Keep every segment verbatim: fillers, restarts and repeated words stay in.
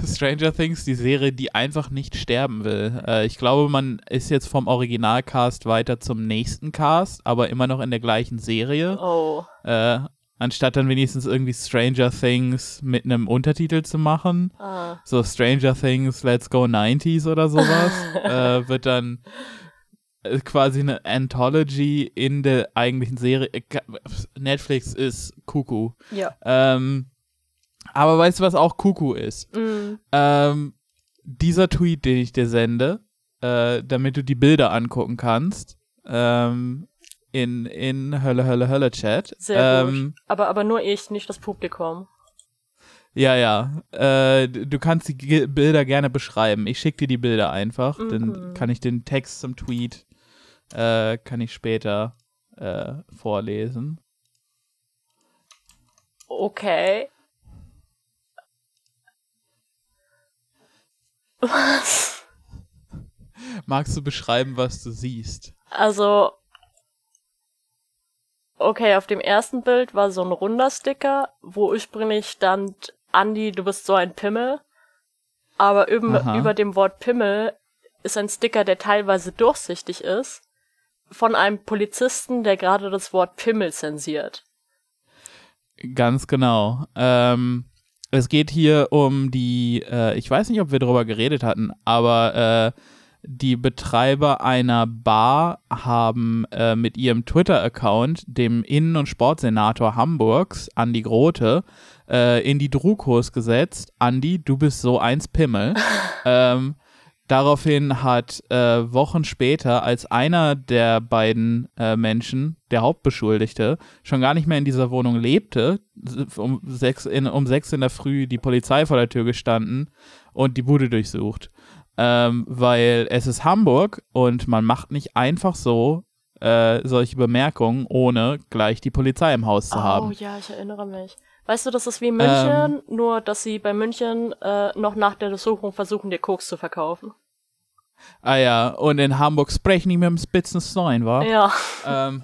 Stranger Things die Serie, die einfach nicht sterben will. Äh, ich glaube, man ist jetzt vom Originalcast weiter zum nächsten Cast, aber immer noch in der gleichen Serie. Oh. Äh, anstatt dann wenigstens irgendwie Stranger Things mit einem Untertitel zu machen. Ah. So Stranger Things Let's Go nineties oder sowas. äh, wird dann quasi eine Anthology in der eigentlichen Serie. Netflix ist Kuckuck. Ja. Ähm, aber weißt du, was auch Kuckuck ist? Mm. Ähm, dieser Tweet, den ich dir sende, äh, damit du die Bilder angucken kannst, ähm, in, in Hölle, Hölle, Hölle Chat. Sehr ähm, gut. Aber, aber nur ich, nicht das Publikum. Ja, ja. Äh, du kannst die G- Bilder gerne beschreiben. Ich schicke dir die Bilder einfach. Mhm. Dann kann ich den Text zum Tweet äh, kann ich später äh, vorlesen. Okay. Was? Magst du beschreiben, was du siehst? Also, okay, auf dem ersten Bild war so ein runder Sticker, wo ursprünglich stand, Andi, du bist so ein Pimmel. Aber über, über dem Wort Pimmel ist ein Sticker, der teilweise durchsichtig ist, von einem Polizisten, der gerade das Wort Pimmel zensiert. Ganz genau. Ähm, es geht hier um die, äh, ich weiß nicht, ob wir darüber geredet hatten, aber äh, die Betreiber einer Bar haben äh, mit ihrem Twitter-Account dem Innen- und Sportsenator Hamburgs, Andi Grote, äh, in die Drukos gesetzt. Andi, du bist so eins Pimmel. ähm, Daraufhin hat äh, Wochen später, als einer der beiden äh, Menschen, der Hauptbeschuldigte, schon gar nicht mehr in dieser Wohnung lebte, um sechs in, um sechs in der Früh die Polizei vor der Tür gestanden und die Bude durchsucht. Ähm, weil es ist Hamburg und man macht nicht einfach so äh, solche Bemerkungen, ohne gleich die Polizei im Haus zu oh, haben. Oh ja, ich erinnere mich. Weißt du, das ist wie München, ähm, nur dass sie bei München äh, noch nach der Durchsuchung versuchen, dir Koks zu verkaufen. Ah ja, und in Hamburg sprechen die mit dem spitzen Stein, wa? Ja. Ähm,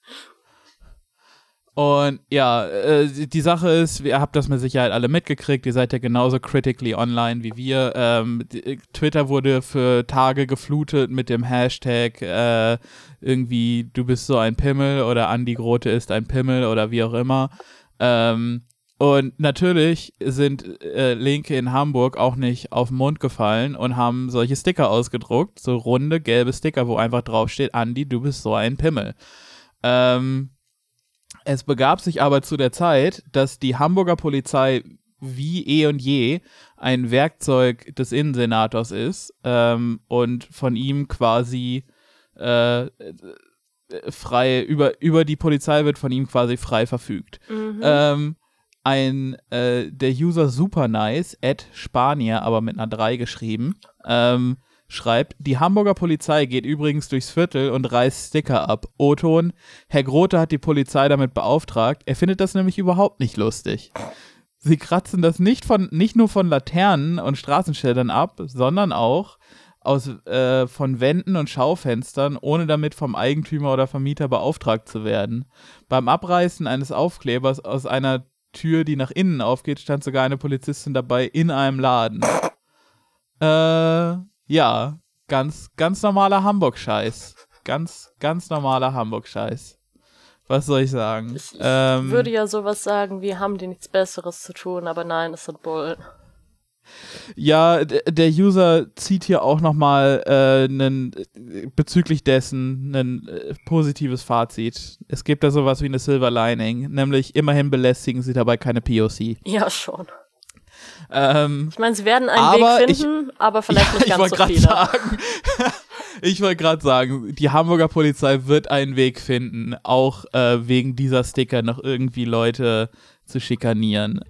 und ja, äh, die Sache ist, ihr habt das mit Sicherheit alle mitgekriegt, ihr seid ja genauso critically online wie wir. Ähm, die, Twitter wurde für Tage geflutet mit dem Hashtag äh, irgendwie, du bist so ein Pimmel oder Andi Grote ist ein Pimmel oder wie auch immer. Ähm, und natürlich sind äh, Linke in Hamburg auch nicht auf den Mund gefallen und haben solche Sticker ausgedruckt, so runde, gelbe Sticker, wo einfach draufsteht, Andi, du bist so ein Pimmel. Ähm, es begab sich aber zu der Zeit, dass die Hamburger Polizei wie eh und je ein Werkzeug des Innensenators ist ähm, und von ihm quasi äh, frei, über, über die Polizei wird von ihm quasi frei verfügt. Mhm. Ähm, ein, äh, der User Supernice, at Spanier, aber mit einer drei geschrieben, ähm, schreibt, die Hamburger Polizei geht übrigens durchs Viertel und reißt Sticker ab. O-Ton, Herr Grote hat die Polizei damit beauftragt, er findet das nämlich überhaupt nicht lustig. Sie kratzen das nicht, von, nicht nur von Laternen und Straßenschildern ab, sondern auch aus, äh, von Wänden und Schaufenstern, ohne damit vom Eigentümer oder Vermieter beauftragt zu werden. Beim Abreißen eines Aufklebers aus einer Tür, die nach innen aufgeht, stand sogar eine Polizistin dabei in einem Laden. Äh, ja, ganz, ganz normaler Hamburg-Scheiß. Ganz, ganz normaler Hamburg-Scheiß. Was soll ich sagen? Ich, ich ähm, würde ja sowas sagen, wir haben die nichts Besseres zu tun, aber nein, es sind Bullen. Ja, d- der User zieht hier auch nochmal äh, bezüglich dessen ein äh, positives Fazit. Es gibt da sowas wie eine Silver Lining, nämlich immerhin belästigen sie dabei keine P O C. Ja, schon. Ähm, ich meine, sie werden einen Weg finden, ich, aber vielleicht ja, nicht ganz so viele. Sagen, ich wollte gerade sagen, die Hamburger Polizei wird einen Weg finden, auch äh, wegen dieser Sticker noch irgendwie Leute zu schikanieren.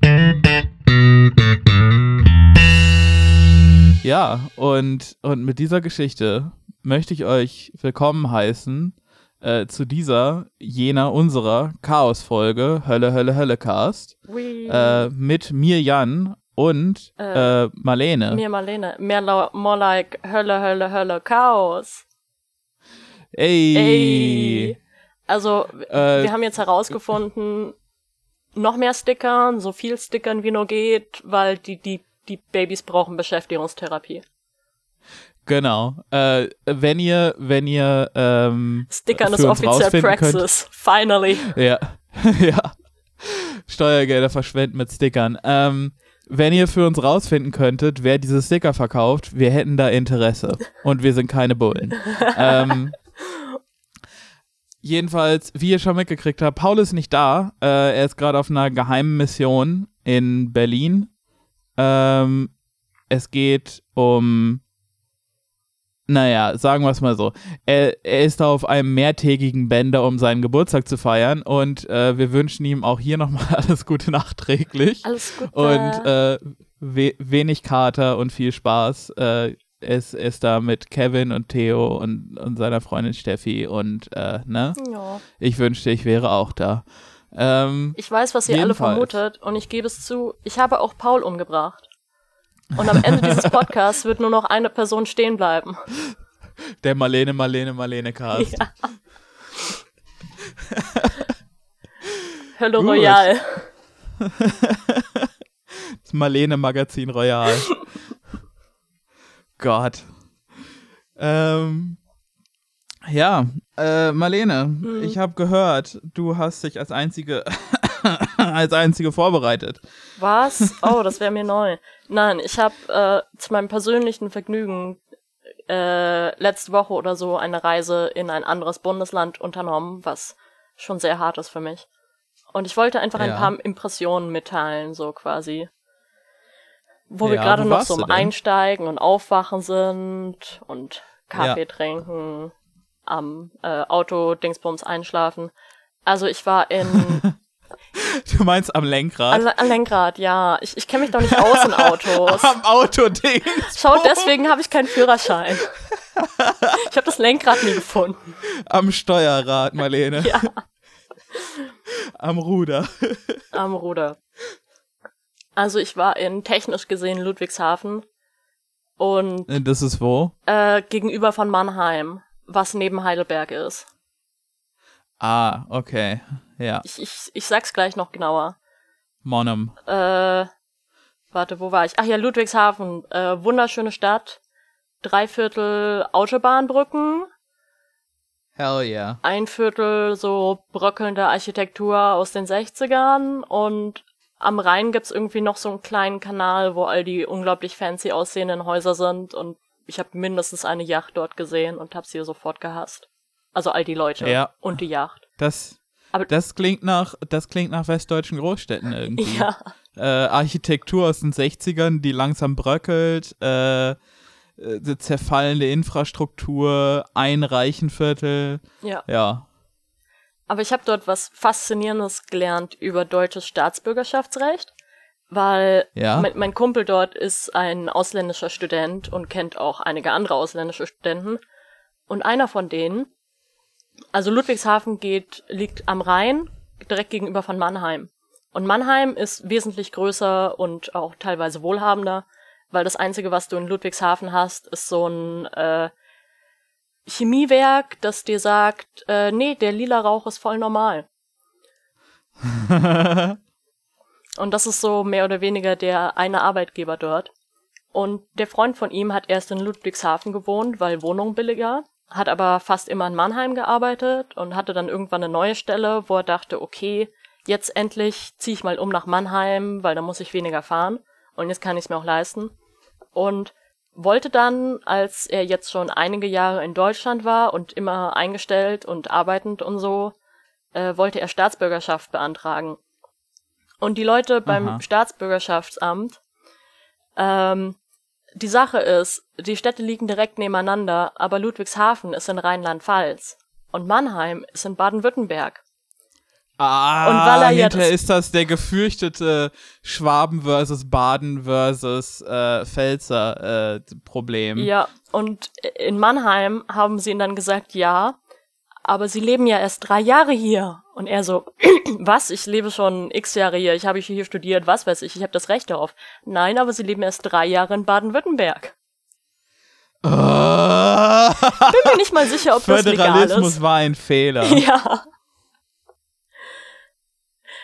Ja, und, und mit dieser Geschichte möchte ich euch willkommen heißen äh, zu dieser, jener unserer Chaos-Folge Hölle, Hölle, Hölle Cast äh, mit mir Jan und äh, äh, Marlene. Mir Marlene. Mehr la- more like Hölle, Hölle, Hölle Chaos. Ey. Ey. Also, äh, wir haben jetzt herausgefunden, noch mehr Stickern, so viel Stickern wie nur geht, weil die, die die Babys brauchen Beschäftigungstherapie. Genau. Äh, wenn ihr, wenn ihr ähm, Stickern ist offiziell Praxis. Könnt, Finally. Ja. Ja. Steuergelder verschwenden mit Stickern. Ähm, wenn ihr für uns rausfinden könntet, wer diese Sticker verkauft, wir hätten da Interesse. Und wir sind keine Bullen. ähm, jedenfalls, wie ihr schon mitgekriegt habt, Paul ist nicht da. Äh, er ist gerade auf einer geheimen Mission in Berlin. Ähm, es geht um... Naja, sagen wir es mal so. Er, er ist da auf einem mehrtägigen Bender, um seinen Geburtstag zu feiern und äh, wir wünschen ihm auch hier nochmal alles Gute nachträglich. Alles Gute. Und äh, we- wenig Kater und viel Spaß. Äh, es ist da mit Kevin und Theo und, und seiner Freundin Steffi und äh, ne? Ja. Ich wünschte, ich wäre auch da. Ähm, ich weiß, was ihr jedenfalls. alle vermutet und ich gebe es zu, ich habe auch Paul umgebracht. Und am Ende dieses Podcasts wird nur noch eine Person stehen bleiben. Der Marlene, Marlene, Marlene Cast. Ja. Hölle Royal. Das Marlene Magazin Royal. Gott. Ähm, ja, äh, Marlene, hm. ich habe gehört, du hast dich als einzige als einzige vorbereitet. Was? Oh, das wäre mir neu. Nein, ich habe äh, zu meinem persönlichen Vergnügen äh, letzte Woche oder so eine Reise in ein anderes Bundesland unternommen, was schon sehr hart ist für mich. Und ich wollte einfach ein ja. paar Impressionen mitteilen, so quasi. Wo ja, wir gerade noch so im Einsteigen und Aufwachen sind und Kaffee ja. trinken, am äh, Auto-Dingsbums einschlafen. Also ich war in... Du meinst am Lenkrad? Am, am Lenkrad, ja. Ich, ich kenne mich doch nicht aus in Autos. Am Autoding. Schau, deswegen habe ich keinen Führerschein. Ich habe das Lenkrad nie gefunden. Am Steuerrad, Marlene. Ja. Am Ruder. Am Ruder. Also ich war in technisch gesehen Ludwigshafen. Und das ist wo? Äh, gegenüber von Mannheim, was neben Heidelberg ist. Ah, okay. Ja. Ich, ich, ich sag's gleich noch genauer. Monum. Äh, warte, wo war ich? Ach ja, Ludwigshafen. Äh, wunderschöne Stadt. Dreiviertel Autobahnbrücken. Hell yeah. Ein Viertel so bröckelnde Architektur aus den sechzigern. Und am Rhein gibt's irgendwie noch so einen kleinen Kanal, wo all die unglaublich fancy aussehenden Häuser sind. Und ich habe mindestens eine Yacht dort gesehen und hab sie sofort gehasst. Also all die Leute ja. und die Yacht. Das... Aber das klingt nach, das klingt nach westdeutschen Großstädten irgendwie. Ja. Äh, Architektur aus den sechzigern, die langsam bröckelt, äh, äh, zerfallende Infrastruktur, ein Reichenviertel. Ja. Ja. Aber ich habe dort was Faszinierendes gelernt über deutsches Staatsbürgerschaftsrecht, weil ja. mein, mein Kumpel dort ist ein ausländischer Student und kennt auch einige andere ausländische Studenten. Und einer von denen, also Ludwigshafen geht, liegt am Rhein, direkt gegenüber von Mannheim. Und Mannheim ist wesentlich größer und auch teilweise wohlhabender, weil das Einzige, was du in Ludwigshafen hast, ist so ein äh, Chemiewerk, das dir sagt, äh, nee, der lila Rauch ist voll normal. Und das ist so mehr oder weniger der eine Arbeitgeber dort. Und der Freund von ihm hat erst in Ludwigshafen gewohnt, weil Wohnung billiger. Hat aber fast immer in Mannheim gearbeitet und hatte dann irgendwann eine neue Stelle, wo er dachte, okay, jetzt endlich ziehe ich mal um nach Mannheim, weil da muss ich weniger fahren und jetzt kann ich es mir auch leisten. Und wollte dann, als er jetzt schon einige Jahre in Deutschland war und immer eingestellt und arbeitend und so, äh, wollte er Staatsbürgerschaft beantragen. Und die Leute beim Aha. Staatsbürgerschaftsamt, ähm, die Sache ist, die Städte liegen direkt nebeneinander, aber Ludwigshafen ist in Rheinland-Pfalz und Mannheim ist in Baden-Württemberg. Ah, und weil er hinterher ja ist das der gefürchtete Schwaben versus Baden versus äh, Pfälzer äh, Problem. Ja, und in Mannheim haben sie ihm dann gesagt, ja, aber sie leben ja erst drei Jahre hier. Und er so, was? Ich lebe schon x Jahre hier, ich habe hier studiert, was weiß ich, ich habe das Recht darauf. Nein, aber sie leben erst drei Jahre in Baden-Württemberg. Uh, ich bin mir nicht mal sicher, ob das legal ist. Föderalismus war ein Fehler. Ja.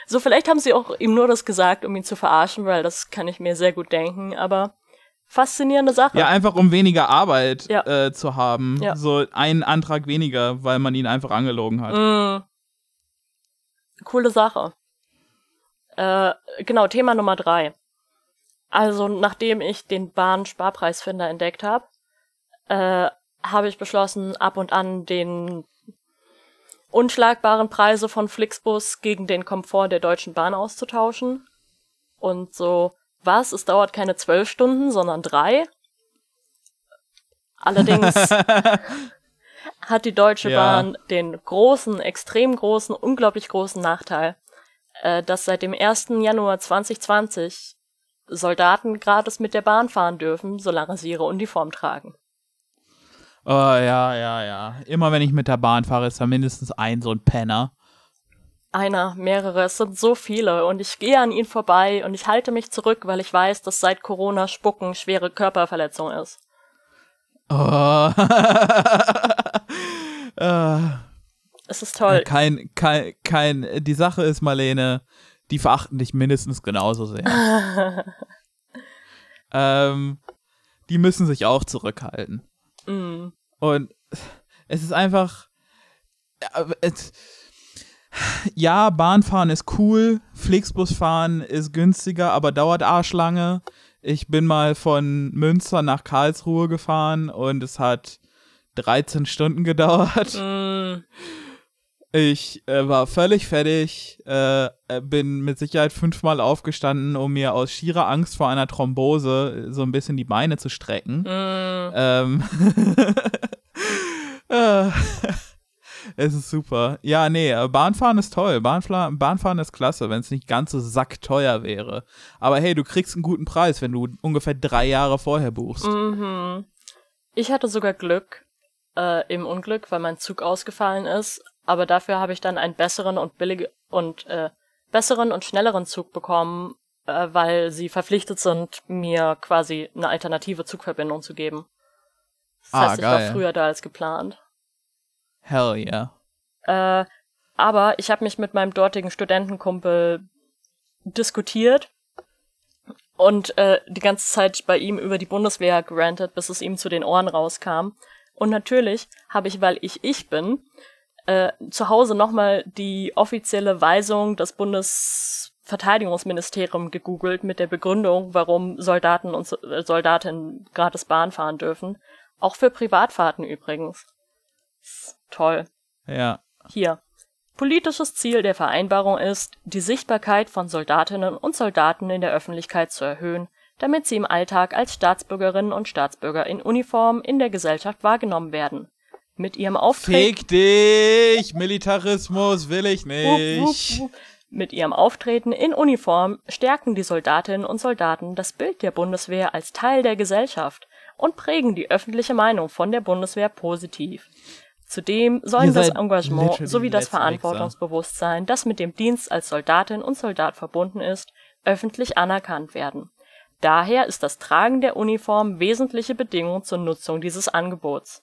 So, vielleicht haben sie auch ihm nur das gesagt, um ihn zu verarschen, weil das kann ich mir sehr gut denken, aber faszinierende Sache. Ja, einfach um weniger Arbeit ja. äh, zu haben. Ja. So einen Antrag weniger, weil man ihn einfach angelogen hat. Mm. Coole Sache. Äh, genau, Thema Nummer drei. Also, nachdem ich den Bahn-Sparpreisfinder entdeckt habe, äh, habe ich beschlossen, ab und an den unschlagbaren Preise von Flixbus gegen den Komfort der Deutschen Bahn auszutauschen. Und so, was? Es dauert keine zwölf Stunden, sondern drei. Allerdings hat die Deutsche ja. Bahn den großen, extrem großen, unglaublich großen Nachteil, äh, dass seit dem ersten Januar zwanzig zwanzig Soldaten gratis mit der Bahn fahren dürfen, solange sie ihre Uniform tragen. Oh, ja, ja, ja. Immer wenn ich mit der Bahn fahre, ist da mindestens ein so ein Penner. Einer, mehrere, es sind so viele und ich gehe an ihnen vorbei und ich halte mich zurück, weil ich weiß, dass seit Corona Spucken schwere Körperverletzung ist. Oh. uh. Es ist toll. Kein, kein, kein, die Sache ist, Marlene, die verachten dich mindestens genauso sehr. ähm, die müssen sich auch zurückhalten. Mm. Und es ist einfach, es, ja, Bahnfahren ist cool, Flixbusfahren ist günstiger, aber dauert arschlange. Ich bin mal von Münster nach Karlsruhe gefahren und es hat dreizehn Stunden gedauert. Mm. Ich äh, war völlig fertig, äh, bin mit Sicherheit fünfmal aufgestanden, um mir aus schierer Angst vor einer Thrombose so ein bisschen die Beine zu strecken. Mm. Ähm, äh, es ist super. Ja, nee, Bahnfahren ist toll. Bahnfla- Bahnfahren ist klasse, wenn es nicht ganz so sackteuer wäre. Aber hey, du kriegst einen guten Preis, wenn du ungefähr drei Jahre vorher buchst. Mhm. Ich hatte sogar Glück äh, im Unglück, weil mein Zug ausgefallen ist. Aber dafür habe ich dann einen besseren und billig und äh, besseren und schnelleren Zug bekommen, äh, weil sie verpflichtet sind, mir quasi eine alternative Zugverbindung zu geben. Das ah, heißt, geil. ich war früher da als geplant. Hell yeah. Äh, aber ich habe mich mit meinem dortigen Studentenkumpel diskutiert und äh, die ganze Zeit bei ihm über die Bundeswehr gerantet, bis es ihm zu den Ohren rauskam. Und natürlich habe ich, weil ich ich bin, Äh, zu Hause nochmal die offizielle Weisung des Bundesverteidigungsministeriums gegoogelt mit der Begründung, warum Soldaten und äh, Soldatinnen gratis Bahn fahren dürfen. Auch für Privatfahrten übrigens. Toll. Ja. Hier. Politisches Ziel der Vereinbarung ist, die Sichtbarkeit von Soldatinnen und Soldaten in der Öffentlichkeit zu erhöhen, damit sie im Alltag als Staatsbürgerinnen und Staatsbürger in Uniform in der Gesellschaft wahrgenommen werden. Mit ihrem Auftreten. Fick dich! Militarismus will ich nicht. Wupp, wupp, wupp. Mit ihrem Auftreten in Uniform stärken die Soldatinnen und Soldaten das Bild der Bundeswehr als Teil der Gesellschaft und prägen die öffentliche Meinung von der Bundeswehr positiv. Zudem sollen das Engagement sowie das Verantwortungsbewusstsein, das mit dem Dienst als Soldatin und Soldat verbunden ist, öffentlich anerkannt werden. Daher ist das Tragen der Uniform wesentliche Bedingung zur Nutzung dieses Angebots.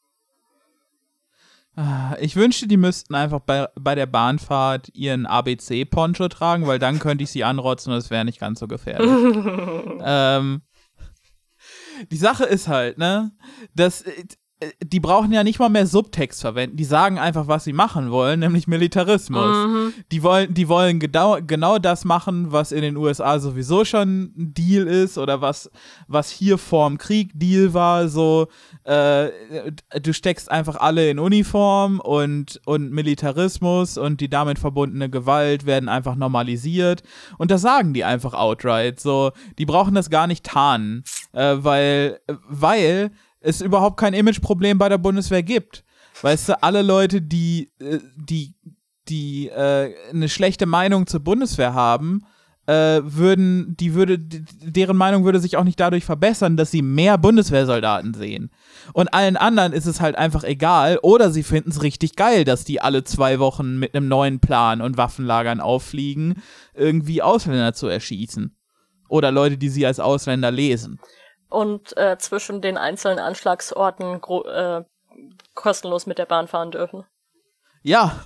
Ich wünschte, die müssten einfach bei, bei der Bahnfahrt ihren A B C-Poncho tragen, weil dann könnte ich sie anrotzen und es wäre nicht ganz so gefährlich. ähm, die Sache ist halt, ne, dass die brauchen ja nicht mal mehr Subtext verwenden. Die sagen einfach, was sie machen wollen, nämlich Militarismus. Mhm. Die wollen, die wollen genau, genau das machen, was in den U S A sowieso schon ein Deal ist oder was, was hier vorm Krieg Deal war. So, äh, du steckst einfach alle in Uniform und, und Militarismus und die damit verbundene Gewalt werden einfach normalisiert. Und das sagen die einfach outright. So, die brauchen das gar nicht tarnen, äh, weil, weil es überhaupt kein Imageproblem bei der Bundeswehr gibt. Weißt du, alle Leute, die, die, die äh, eine schlechte Meinung zur Bundeswehr haben, äh, würden, die würde, deren Meinung würde sich auch nicht dadurch verbessern, dass sie mehr Bundeswehrsoldaten sehen. Und allen anderen ist es halt einfach egal, oder sie finden es richtig geil, dass die alle zwei Wochen mit einem neuen Plan und Waffenlagern auffliegen, irgendwie Ausländer zu erschießen. Oder Leute, die sie als Ausländer lesen. Und äh, zwischen den einzelnen Anschlagsorten gro- äh, kostenlos mit der Bahn fahren dürfen. Ja,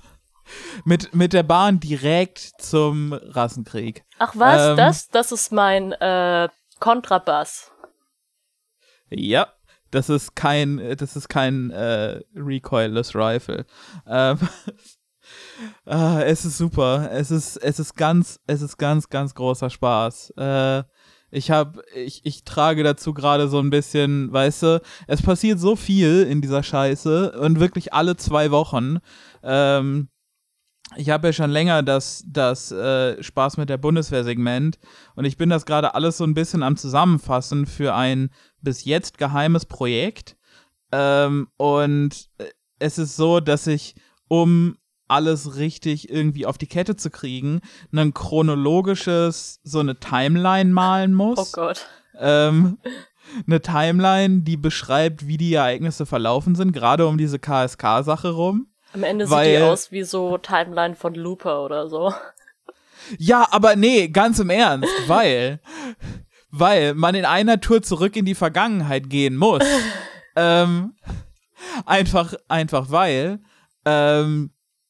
mit, mit der Bahn direkt zum Rassenkrieg. Ach was, ähm, das? Das ist mein äh, Kontrabass. Ja, das ist kein, das ist kein äh, Recoilless Rifle. Ähm, ah, es ist super. Es ist, es ist ganz, es ist ganz, ganz großer Spaß. Äh, ich hab, ich, ich trage dazu gerade so ein bisschen, weißt du, es passiert so viel in dieser Scheiße und wirklich alle zwei Wochen. Ähm, ich habe ja schon länger das, das äh, Spaß mit der Bundeswehr-Segment und ich bin das gerade alles so ein bisschen am Zusammenfassen für ein bis jetzt geheimes Projekt. Ähm, und es ist so, dass ich, um alles richtig irgendwie auf die Kette zu kriegen, ein chronologisches, so eine Timeline malen muss. Oh Gott. Ähm, eine Timeline, die beschreibt, wie die Ereignisse verlaufen sind, gerade um diese K S K-Sache rum. Am Ende weil, sieht die aus wie so Timeline von Looper oder so. Ja, aber nee, ganz im Ernst, weil, weil man in einer Tour zurück in die Vergangenheit gehen muss. ähm, einfach, einfach weil, ähm,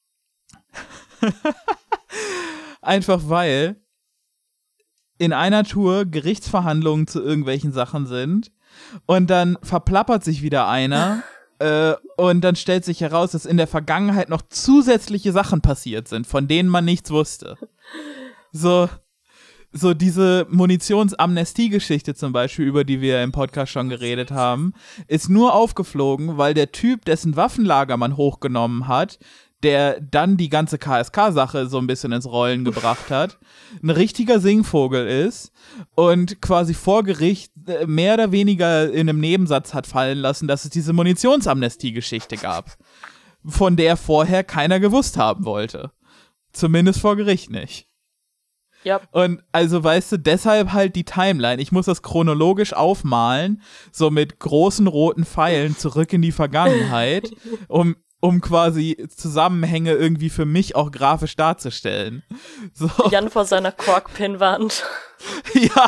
einfach weil in einer Tour Gerichtsverhandlungen zu irgendwelchen Sachen sind und dann verplappert sich wieder einer äh, und dann stellt sich heraus, dass in der Vergangenheit noch zusätzliche Sachen passiert sind, von denen man nichts wusste. So, so diese Munitionsamnestie-Geschichte zum Beispiel, über die wir im Podcast schon geredet haben, ist nur aufgeflogen, weil der Typ, dessen Waffenlager man hochgenommen hat, der dann die ganze K S K-Sache so ein bisschen ins Rollen gebracht hat, ein richtiger Singvogel ist und quasi vor Gericht mehr oder weniger in einem Nebensatz hat fallen lassen, dass es diese Munitionsamnestie-Geschichte gab, von der vorher keiner gewusst haben wollte. Zumindest vor Gericht nicht. Ja. Und also, weißt du, deshalb halt die Timeline. Ich muss das chronologisch aufmalen, so mit großen roten Pfeilen zurück in die Vergangenheit, um um quasi Zusammenhänge irgendwie für mich auch grafisch darzustellen. So. Jan vor seiner Korkpinwand. Ja.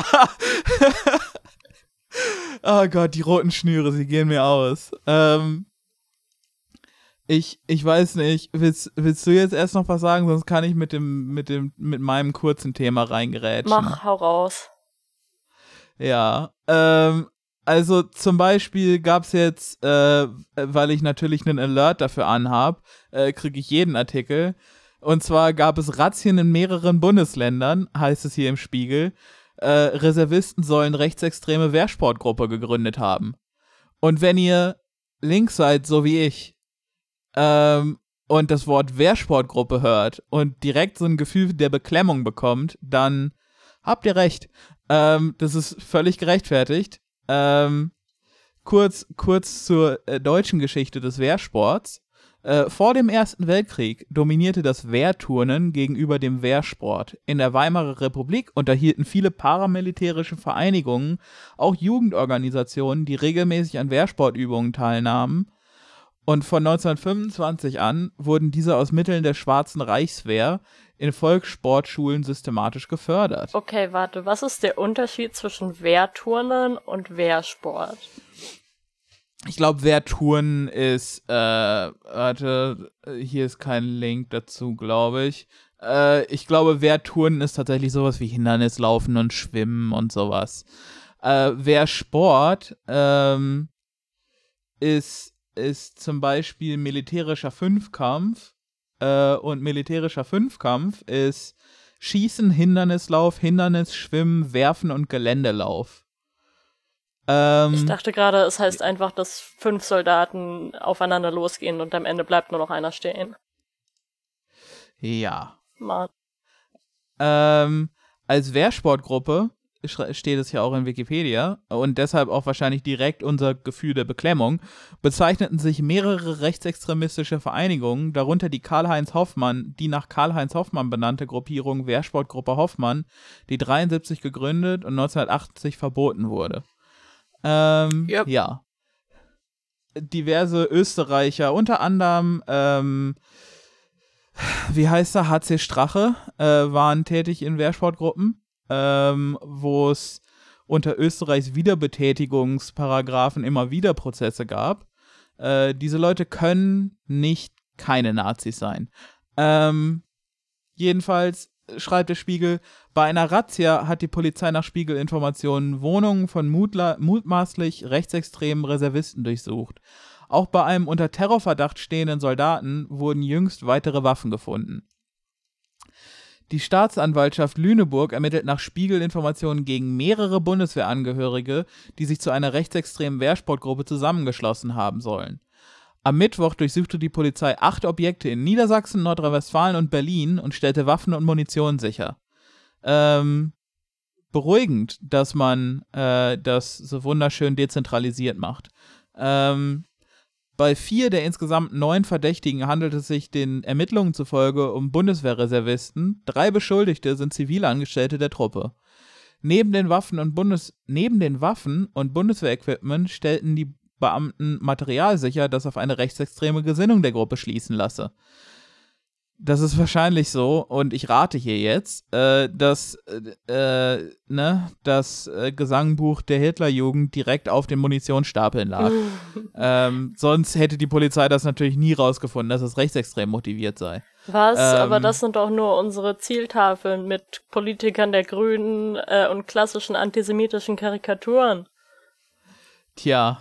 Oh Gott, die roten Schnüre, sie gehen mir aus. Ähm, ich, ich weiß nicht, willst, willst du jetzt erst noch was sagen? Sonst kann ich mit dem, mit dem, mit meinem kurzen Thema reingerätschen. Mach, hau raus. Ja, ähm, also zum Beispiel gab's jetzt, äh, weil ich natürlich einen Alert dafür anhab, äh, kriege ich jeden Artikel. Und zwar gab es Razzien in mehreren Bundesländern, heißt es hier im Spiegel. Äh, Reservisten sollen rechtsextreme Wehrsportgruppe gegründet haben. Und wenn ihr links seid, so wie ich, ähm, und das Wort Wehrsportgruppe hört und direkt so ein Gefühl der Beklemmung bekommt, dann habt ihr recht. Ähm, das ist völlig gerechtfertigt. Ähm, kurz, kurz zur äh, deutschen Geschichte des Wehrsports. Äh, vor dem Ersten Weltkrieg dominierte das Wehrturnen gegenüber dem Wehrsport. In der Weimarer Republik unterhielten viele paramilitärische Vereinigungen, auch Jugendorganisationen, die regelmäßig an Wehrsportübungen teilnahmen. Und von neunzehnhundertfünfundzwanzig an wurden diese aus Mitteln der Schwarzen Reichswehr in Volkssportschulen systematisch gefördert. Okay, warte, was ist der Unterschied zwischen Wehrturnen und Wehrsport? Ich glaube, Wehrturnen ist, äh, warte, hier ist kein Link dazu, glaube ich. Äh, ich glaube, Wehrturnen ist tatsächlich sowas wie Hindernislaufen und Schwimmen und sowas. Äh, Wehrsport, ähm, ist, ist zum Beispiel militärischer Fünfkampf. Äh, und militärischer Fünfkampf ist Schießen, Hindernislauf, Hindernisschwimmen, Werfen und Geländelauf. Ähm, ich dachte gerade, es heißt einfach, dass fünf Soldaten aufeinander losgehen und am Ende bleibt nur noch einer stehen. Ja. Mann. Ähm, als Wehrsportgruppe steht es ja auch in Wikipedia und deshalb auch wahrscheinlich direkt unser Gefühl der Beklemmung, bezeichneten sich mehrere rechtsextremistische Vereinigungen, darunter die Karl-Heinz Hoffmann, die nach Karl-Heinz Hoffmann benannte Gruppierung Wehrsportgruppe Hoffmann, die dreiundsiebzig gegründet und neunzehnhundertachtzig verboten wurde. Ähm, yep. Ja. Diverse Österreicher, unter anderem, ähm, wie heißt er, H C Strache, äh, waren tätig in Wehrsportgruppen. Ähm, wo es unter Österreichs Wiederbetätigungsparagraphen immer wieder Prozesse gab. Äh, diese Leute können nicht keine Nazis sein. Ähm, jedenfalls schreibt der Spiegel, bei einer Razzia hat die Polizei nach Spiegelinformationen Wohnungen von mutla- mutmaßlich rechtsextremen Reservisten durchsucht. Auch bei einem unter Terrorverdacht stehenden Soldaten wurden jüngst weitere Waffen gefunden. Die Staatsanwaltschaft Lüneburg ermittelt nach Spiegelinformationen gegen mehrere Bundeswehrangehörige, die sich zu einer rechtsextremen Wehrsportgruppe zusammengeschlossen haben sollen. Am Mittwoch durchsuchte die Polizei acht Objekte in Niedersachsen, Nordrhein-Westfalen und Berlin und stellte Waffen und Munition sicher. Ähm, beruhigend, dass man äh, das so wunderschön dezentralisiert macht. Ähm, Bei vier der insgesamt neun Verdächtigen handelt es sich den Ermittlungen zufolge um Bundeswehrreservisten. Drei Beschuldigte sind Zivilangestellte der Truppe. Neben den Waffen und Bundes neben den Waffen und Bundeswehrequipment stellten die Beamten Material sicher, das auf eine rechtsextreme Gesinnung der Gruppe schließen lasse. Das ist wahrscheinlich so, und ich rate hier jetzt, äh, dass äh, ne, das äh, Gesangbuch der Hitlerjugend direkt auf den Munitionsstapeln lag. ähm, sonst hätte die Polizei das natürlich nie rausgefunden, dass es rechtsextrem motiviert sei. Was? Ähm, Aber das sind doch nur unsere Zieltafeln mit Politikern der Grünen äh, und klassischen antisemitischen Karikaturen. Tja.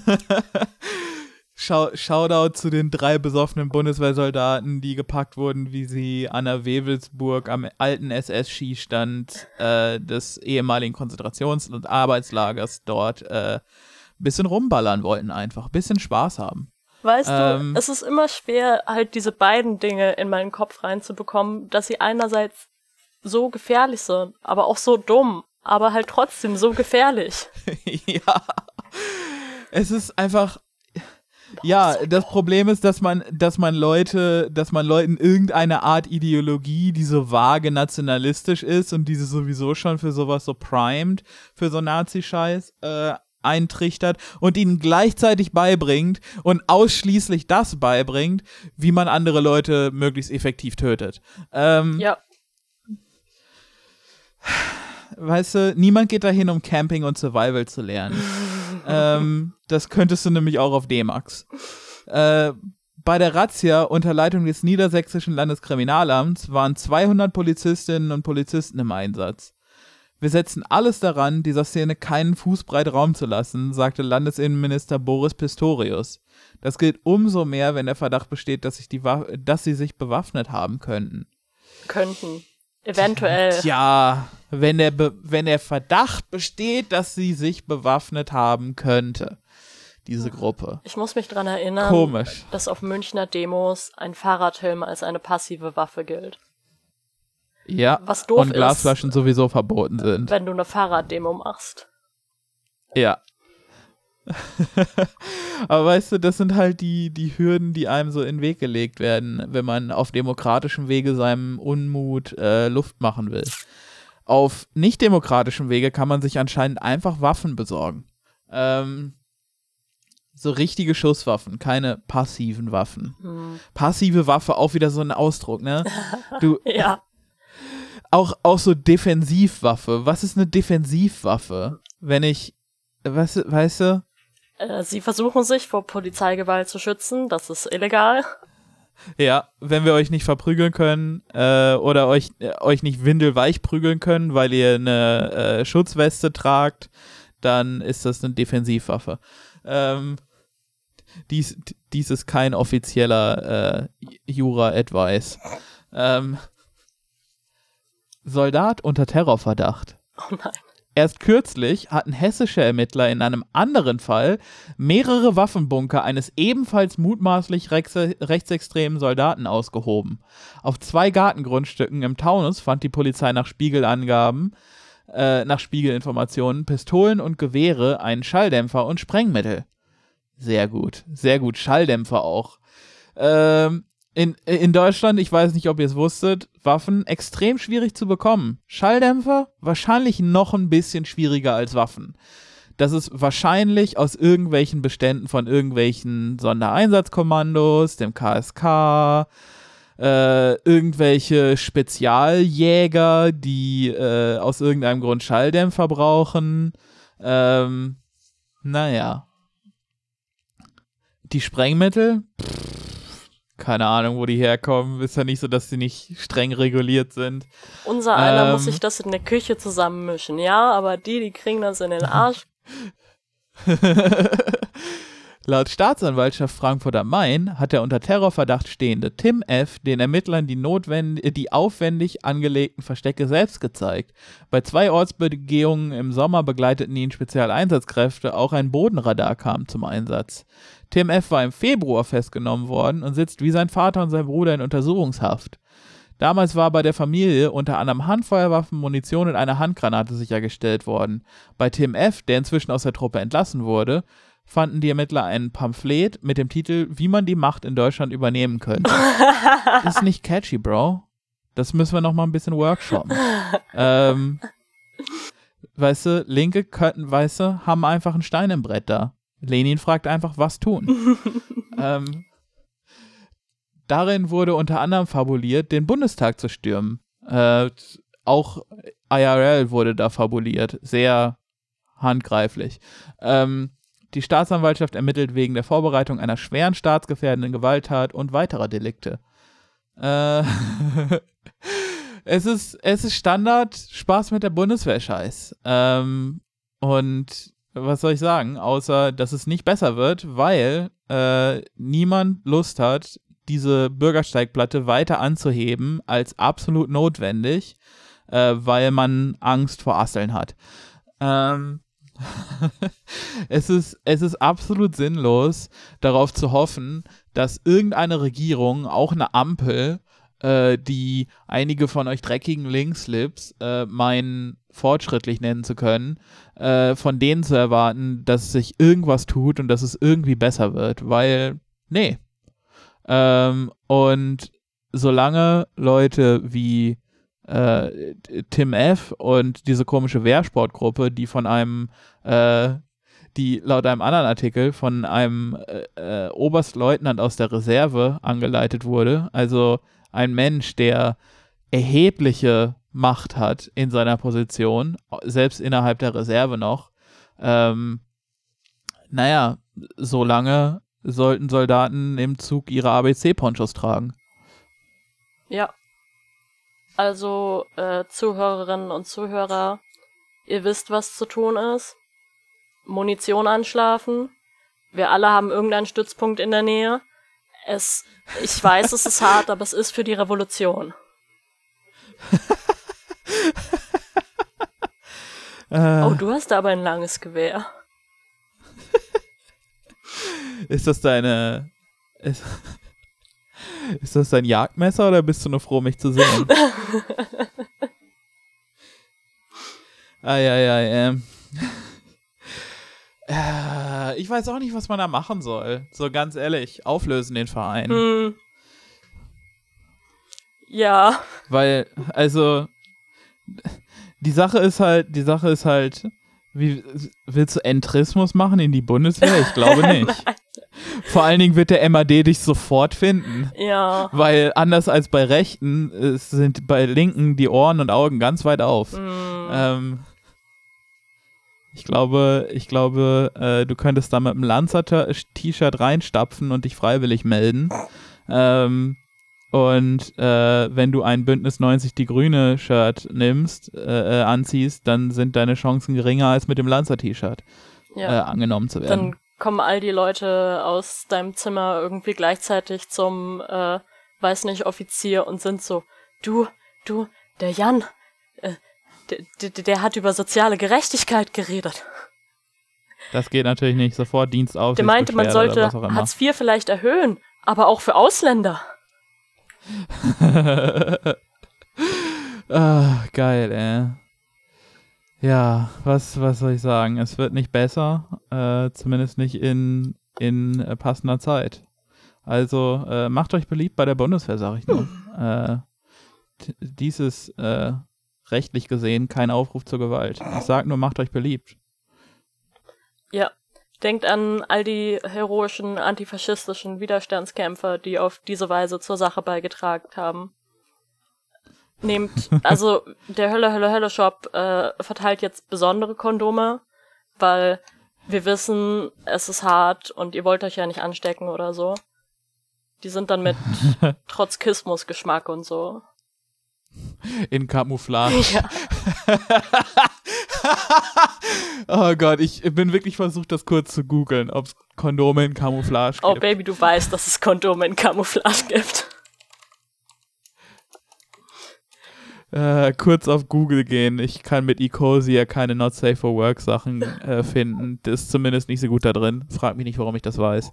Schau- Shoutout zu den drei besoffenen Bundeswehrsoldaten, die gepackt wurden, wie sie an der Wewelsburg am alten S S-Skistand äh, des ehemaligen Konzentrations- und Arbeitslagers dort ein äh, bisschen rumballern wollten einfach, ein bisschen Spaß haben. Weißt Ähm, du, es ist immer schwer, halt diese beiden Dinge in meinen Kopf reinzubekommen, dass sie einerseits so gefährlich sind, aber auch so dumm, aber halt trotzdem so gefährlich. Ja, es ist einfach... Ja, das Problem ist, dass man, dass man Leute, dass man Leuten irgendeine Art Ideologie, die so vage nationalistisch ist und diese sowieso schon für sowas so primed, für so Nazi-Scheiß, äh, eintrichtert und ihnen gleichzeitig beibringt und ausschließlich das beibringt, wie man andere Leute möglichst effektiv tötet. Ähm, Ja. Weißt du, niemand geht dahin, um Camping und Survival zu lernen. ähm, das könntest du nämlich auch auf D-Max. Äh, bei der Razzia unter Leitung des Niedersächsischen Landeskriminalamts waren zweihundert Polizistinnen und Polizisten im Einsatz. Wir setzen alles daran, dieser Szene keinen Fußbreit Raum zu lassen, sagte Landesinnenminister Boris Pistorius. Das gilt umso mehr, wenn der Verdacht besteht, dass, sich die Wa- dass sie sich bewaffnet haben könnten. Könnten. Eventuell. Ja, wenn der, Be- wenn der Verdacht besteht, dass sie sich bewaffnet haben könnte, diese Gruppe. Ich muss mich dran erinnern, Komisch. dass auf Münchner Demos ein Fahrradhelm als eine passive Waffe gilt. Ja, Was doof und Glasflaschen ist, sowieso verboten sind. wenn du eine Fahrraddemo machst. Ja. Aber weißt du, das sind halt die, die Hürden, die einem so in den Weg gelegt werden, wenn man auf demokratischem Wege seinem Unmut äh, Luft machen will. Auf nicht demokratischem Wege kann man sich anscheinend einfach Waffen besorgen. Ähm, so richtige Schusswaffen, keine passiven Waffen. Hm. Passive Waffe, auch wieder so ein Ausdruck, ne? Du, Ja. auch, auch so Defensivwaffe. Was ist eine Defensivwaffe? Wenn ich, weißt, weißt du? Äh, sie versuchen sich vor Polizeigewalt zu schützen, das ist illegal. Ja, wenn wir euch nicht verprügeln können äh, oder euch, äh, euch nicht windelweich prügeln können, weil ihr eine äh, Schutzweste tragt, dann ist das eine Defensivwaffe. Ähm, dies, dies ist kein offizieller äh, Jura-Advice. Ähm, Soldat unter Terrorverdacht. Oh nein. Erst kürzlich hatten hessische Ermittler in einem anderen Fall mehrere Waffenbunker eines ebenfalls mutmaßlich rechts- rechtsextremen Soldaten ausgehoben. Auf zwei Gartengrundstücken im Taunus fand die Polizei nach Spiegelangaben, äh, nach Spiegelinformationen, Pistolen und Gewehre, einen Schalldämpfer und Sprengmittel. Sehr gut, sehr gut, Schalldämpfer auch. Ähm, In, in Deutschland, ich weiß nicht, ob ihr es wusstet, Waffen extrem schwierig zu bekommen. Schalldämpfer wahrscheinlich noch ein bisschen schwieriger als Waffen. Das ist wahrscheinlich aus irgendwelchen Beständen von irgendwelchen Sondereinsatzkommandos, dem K S K, äh, irgendwelche Spezialjäger, die äh, aus irgendeinem Grund Schalldämpfer brauchen. Ähm, naja. Die Sprengmittel? Pff. keine Ahnung, wo die herkommen. Ist ja nicht so, dass sie nicht streng reguliert sind. Unser einer ähm, muss sich das in der Küche zusammenmischen, ja, aber die, die kriegen das in den Arsch. Laut Staatsanwaltschaft Frankfurt am Main hat der unter Terrorverdacht stehende Tim F. den Ermittlern die, notwendig, die aufwendig angelegten Verstecke selbst gezeigt. Bei zwei Ortsbegehungen im Sommer begleiteten ihn Spezialeinsatzkräfte, auch ein Bodenradar kam zum Einsatz. Tim F. war im Februar festgenommen worden und sitzt wie sein Vater und sein Bruder in Untersuchungshaft. Damals war bei der Familie unter anderem Handfeuerwaffen, Munition und eine Handgranate sichergestellt worden. Bei Tim F., der inzwischen aus der Truppe entlassen wurde, fanden die Ermittler ein Pamphlet mit dem Titel Wie man die Macht in Deutschland übernehmen könnte. Ist nicht catchy, Bro. Das müssen wir noch mal ein bisschen workshoppen. ähm, weißt du, Linke könnten, weißt du, haben einfach einen Stein im Brett da. Lenin fragt einfach, was tun? ähm, darin wurde unter anderem fabuliert, den Bundestag zu stürmen. Äh, auch I R L wurde da fabuliert. Sehr handgreiflich. Ähm, Die Staatsanwaltschaft ermittelt wegen der Vorbereitung einer schweren staatsgefährdenden Gewalttat und weiterer Delikte. Äh, es ist, es ist Standard Spaß mit der Bundeswehr-Scheiß. Ähm, und was soll ich sagen, außer, dass es nicht besser wird, weil äh, niemand Lust hat, diese Bürgersteigplatte weiter anzuheben als absolut notwendig, äh, weil man Angst vor Asseln hat. Ähm, es ist, es ist absolut sinnlos, darauf zu hoffen, dass irgendeine Regierung, auch eine Ampel, äh, die einige von euch dreckigen Linkslips äh, meinen, fortschrittlich nennen zu können, äh, von denen zu erwarten, dass sich irgendwas tut und dass es irgendwie besser wird, weil, nee. Ähm, und solange Leute wie Äh, Tim F. und diese komische Wehrsportgruppe, die von einem, äh, die laut einem anderen Artikel von einem äh, äh, Oberstleutnant aus der Reserve angeleitet wurde, also ein Mensch, der erhebliche Macht hat in seiner Position, selbst innerhalb der Reserve noch, ähm, naja, solange sollten Soldaten im Zug ihre A B C-Ponchos tragen. Ja. Also, äh, Zuhörerinnen und Zuhörer, ihr wisst, was zu tun ist. Munition anschlafen. Wir alle haben irgendeinen Stützpunkt in der Nähe. Es, ich weiß, es ist hart, aber es ist für die Revolution. Oh, du hast aber ein langes Gewehr. Ist das deine... Ist Ist das dein Jagdmesser oder bist du nur froh, mich zu sehen? Eieiei, ähm. äh, ich weiß auch nicht, was man da machen soll. So ganz ehrlich, auflösen den Verein. Hm. Ja. Weil, also, die Sache ist halt, die Sache ist halt, wie, willst du Entrismus machen in die Bundeswehr? Ich glaube nicht. Vor allen Dingen wird der M A D dich sofort finden. Ja. Weil anders als bei Rechten es sind bei Linken die Ohren und Augen ganz weit auf. Mm. Ähm, ich glaube, ich glaube, äh, du könntest da mit einem Lanzer-T-Shirt reinstapfen und dich freiwillig melden. Ähm, und äh, wenn du ein Bündnis neunzig Die Grüne Shirt nimmst, äh, äh, anziehst, dann sind deine Chancen geringer als mit dem Lanzer-T-Shirt ja. äh, angenommen zu werden. Dann kommen all die Leute aus deinem Zimmer irgendwie gleichzeitig zum, äh, weiß nicht, Offizier und sind so, du, du, der Jan, äh, der, der, der hat über soziale Gerechtigkeit geredet. Das geht natürlich nicht. Sofort Dienst auf. Der meinte, man sollte Hartz vier vielleicht erhöhen, aber auch für Ausländer. ah, geil, ey. Ja, was, was soll ich sagen? Es wird nicht besser, äh, zumindest nicht in, in äh, passender Zeit. Also äh, macht euch beliebt bei der Bundeswehr, sag ich nur. äh, t- dies ist äh, rechtlich gesehen kein Aufruf zur Gewalt. Ich sag nur, macht euch beliebt. Ja, denkt an all die heroischen antifaschistischen Widerstandskämpfer, die auf diese Weise zur Sache beigetragen haben. Nehmt, also der Hölle, Hölle, Hölle Shop äh, verteilt jetzt besondere Kondome, weil wir wissen, es ist hart und ihr wollt euch ja nicht anstecken oder so. Die sind dann mit Trotzkismus-Geschmack und so. In Camouflage. Ja. Oh Gott, ich bin wirklich versucht, das kurz zu googeln, ob es Kondome in Camouflage gibt. Oh Baby, du weißt, dass es Kondome in Camouflage gibt. Äh, kurz auf Google gehen. Ich kann mit Ecosia keine Not Safe for Work Sachen äh, finden. Das ist zumindest nicht so gut da drin. Frag mich nicht, warum ich das weiß.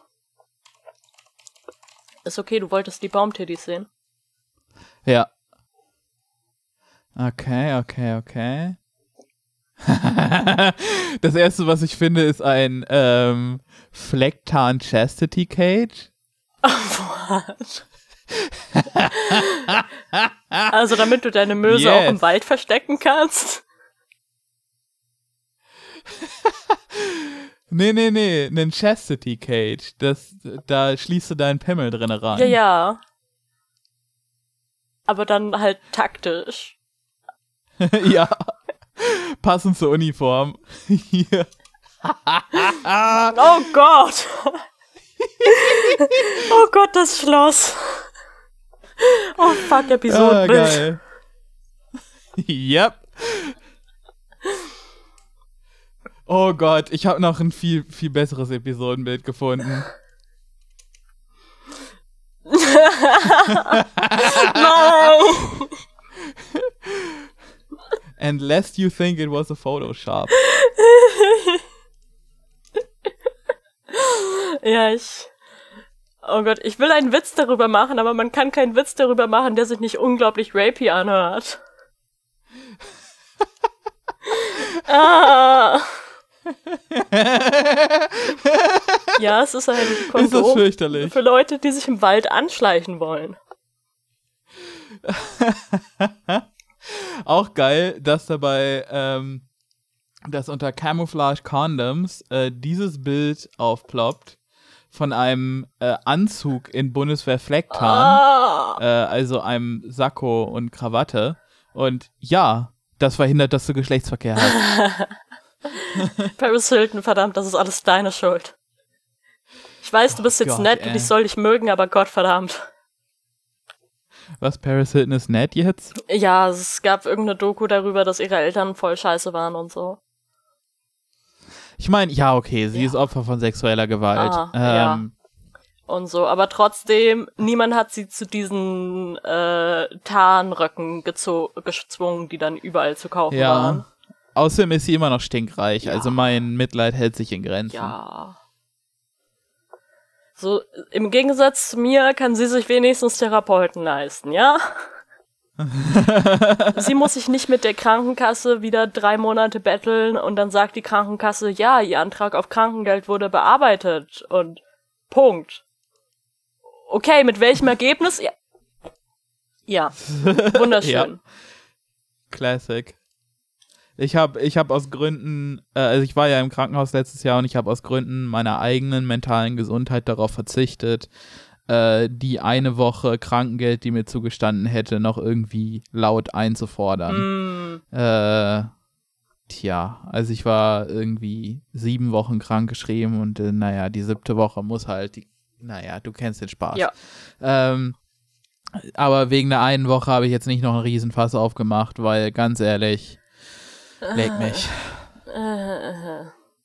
Ist okay, du wolltest die Baumtitties sehen. Ja. Okay, okay, okay. Das erste, was ich finde, ist ein ähm, Flecktarn Chastity Cage. What? Also damit du deine Möse Yes. auch im Wald verstecken kannst? Nee, nee, nee, einen Chastity Cage. Das, da schließt du deinen Pimmel drin rein. Ja, ja. Aber dann halt taktisch. Ja. Passend zur Uniform. Hier. Oh Gott. Oh Gott, das Schloss. Oh fuck, Episodenbild. Ah, geil. Yep. Oh Gott, ich habe noch ein viel, viel besseres Episodenbild gefunden. Nein. And lest you think it was a Photoshop. Ja, ich... Oh Gott, ich will einen Witz darüber machen, aber man kann keinen Witz darüber machen, der sich nicht unglaublich rapey anhört. Ah. Ja, es ist ein Kondom Ist das fürchterlich? für Leute, die sich im Wald anschleichen wollen. Auch geil, dass dabei, ähm, dass unter Camouflage Condoms äh, dieses Bild aufploppt von einem äh, Anzug in Bundeswehr-Flecktarn, Ah. äh, also einem Sakko und Krawatte. Und ja, das verhindert, dass du Geschlechtsverkehr hast. Paris Hilton, verdammt, das ist alles deine Schuld. Ich weiß, du bist Oh jetzt Gott, nett ey. und ich soll dich mögen, aber Gott verdammt. Was, Paris Hilton ist nett jetzt? Ja, es gab irgendeine Doku darüber, dass ihre Eltern voll scheiße waren und so. Ich meine, ja, okay, sie Ja. ist Opfer von sexueller Gewalt. Ah, ähm, Und so, aber trotzdem, niemand hat sie zu diesen äh, Tarnröcken gezo- gezwungen, die dann überall zu kaufen ja. waren. Außerdem ist sie immer noch stinkreich, Ja. also mein Mitleid hält sich in Grenzen. Ja. So, im Gegensatz zu mir kann sie sich wenigstens Therapeuten leisten, ja? Sie muss sich nicht mit der Krankenkasse wieder drei Monate betteln und dann sagt die Krankenkasse, ja, ihr Antrag auf Krankengeld wurde bearbeitet und Punkt. Okay, mit welchem Ergebnis? Ja, ja. Wunderschön. Ja. Classic. Ich habe ich hab aus Gründen, äh, also ich war ja im Krankenhaus letztes Jahr und ich habe aus Gründen meiner eigenen mentalen Gesundheit darauf verzichtet, äh, die eine Woche Krankengeld, die mir zugestanden hätte, noch irgendwie laut einzufordern. Mm. Äh, tja, also ich war irgendwie sieben Wochen krankgeschrieben und äh, naja, die siebte Woche muss halt, die, naja, du kennst den Spaß. Ja. Ähm, aber wegen der einen Woche habe ich jetzt nicht noch einen Riesenfass aufgemacht, weil ganz ehrlich, leg mich. Äh,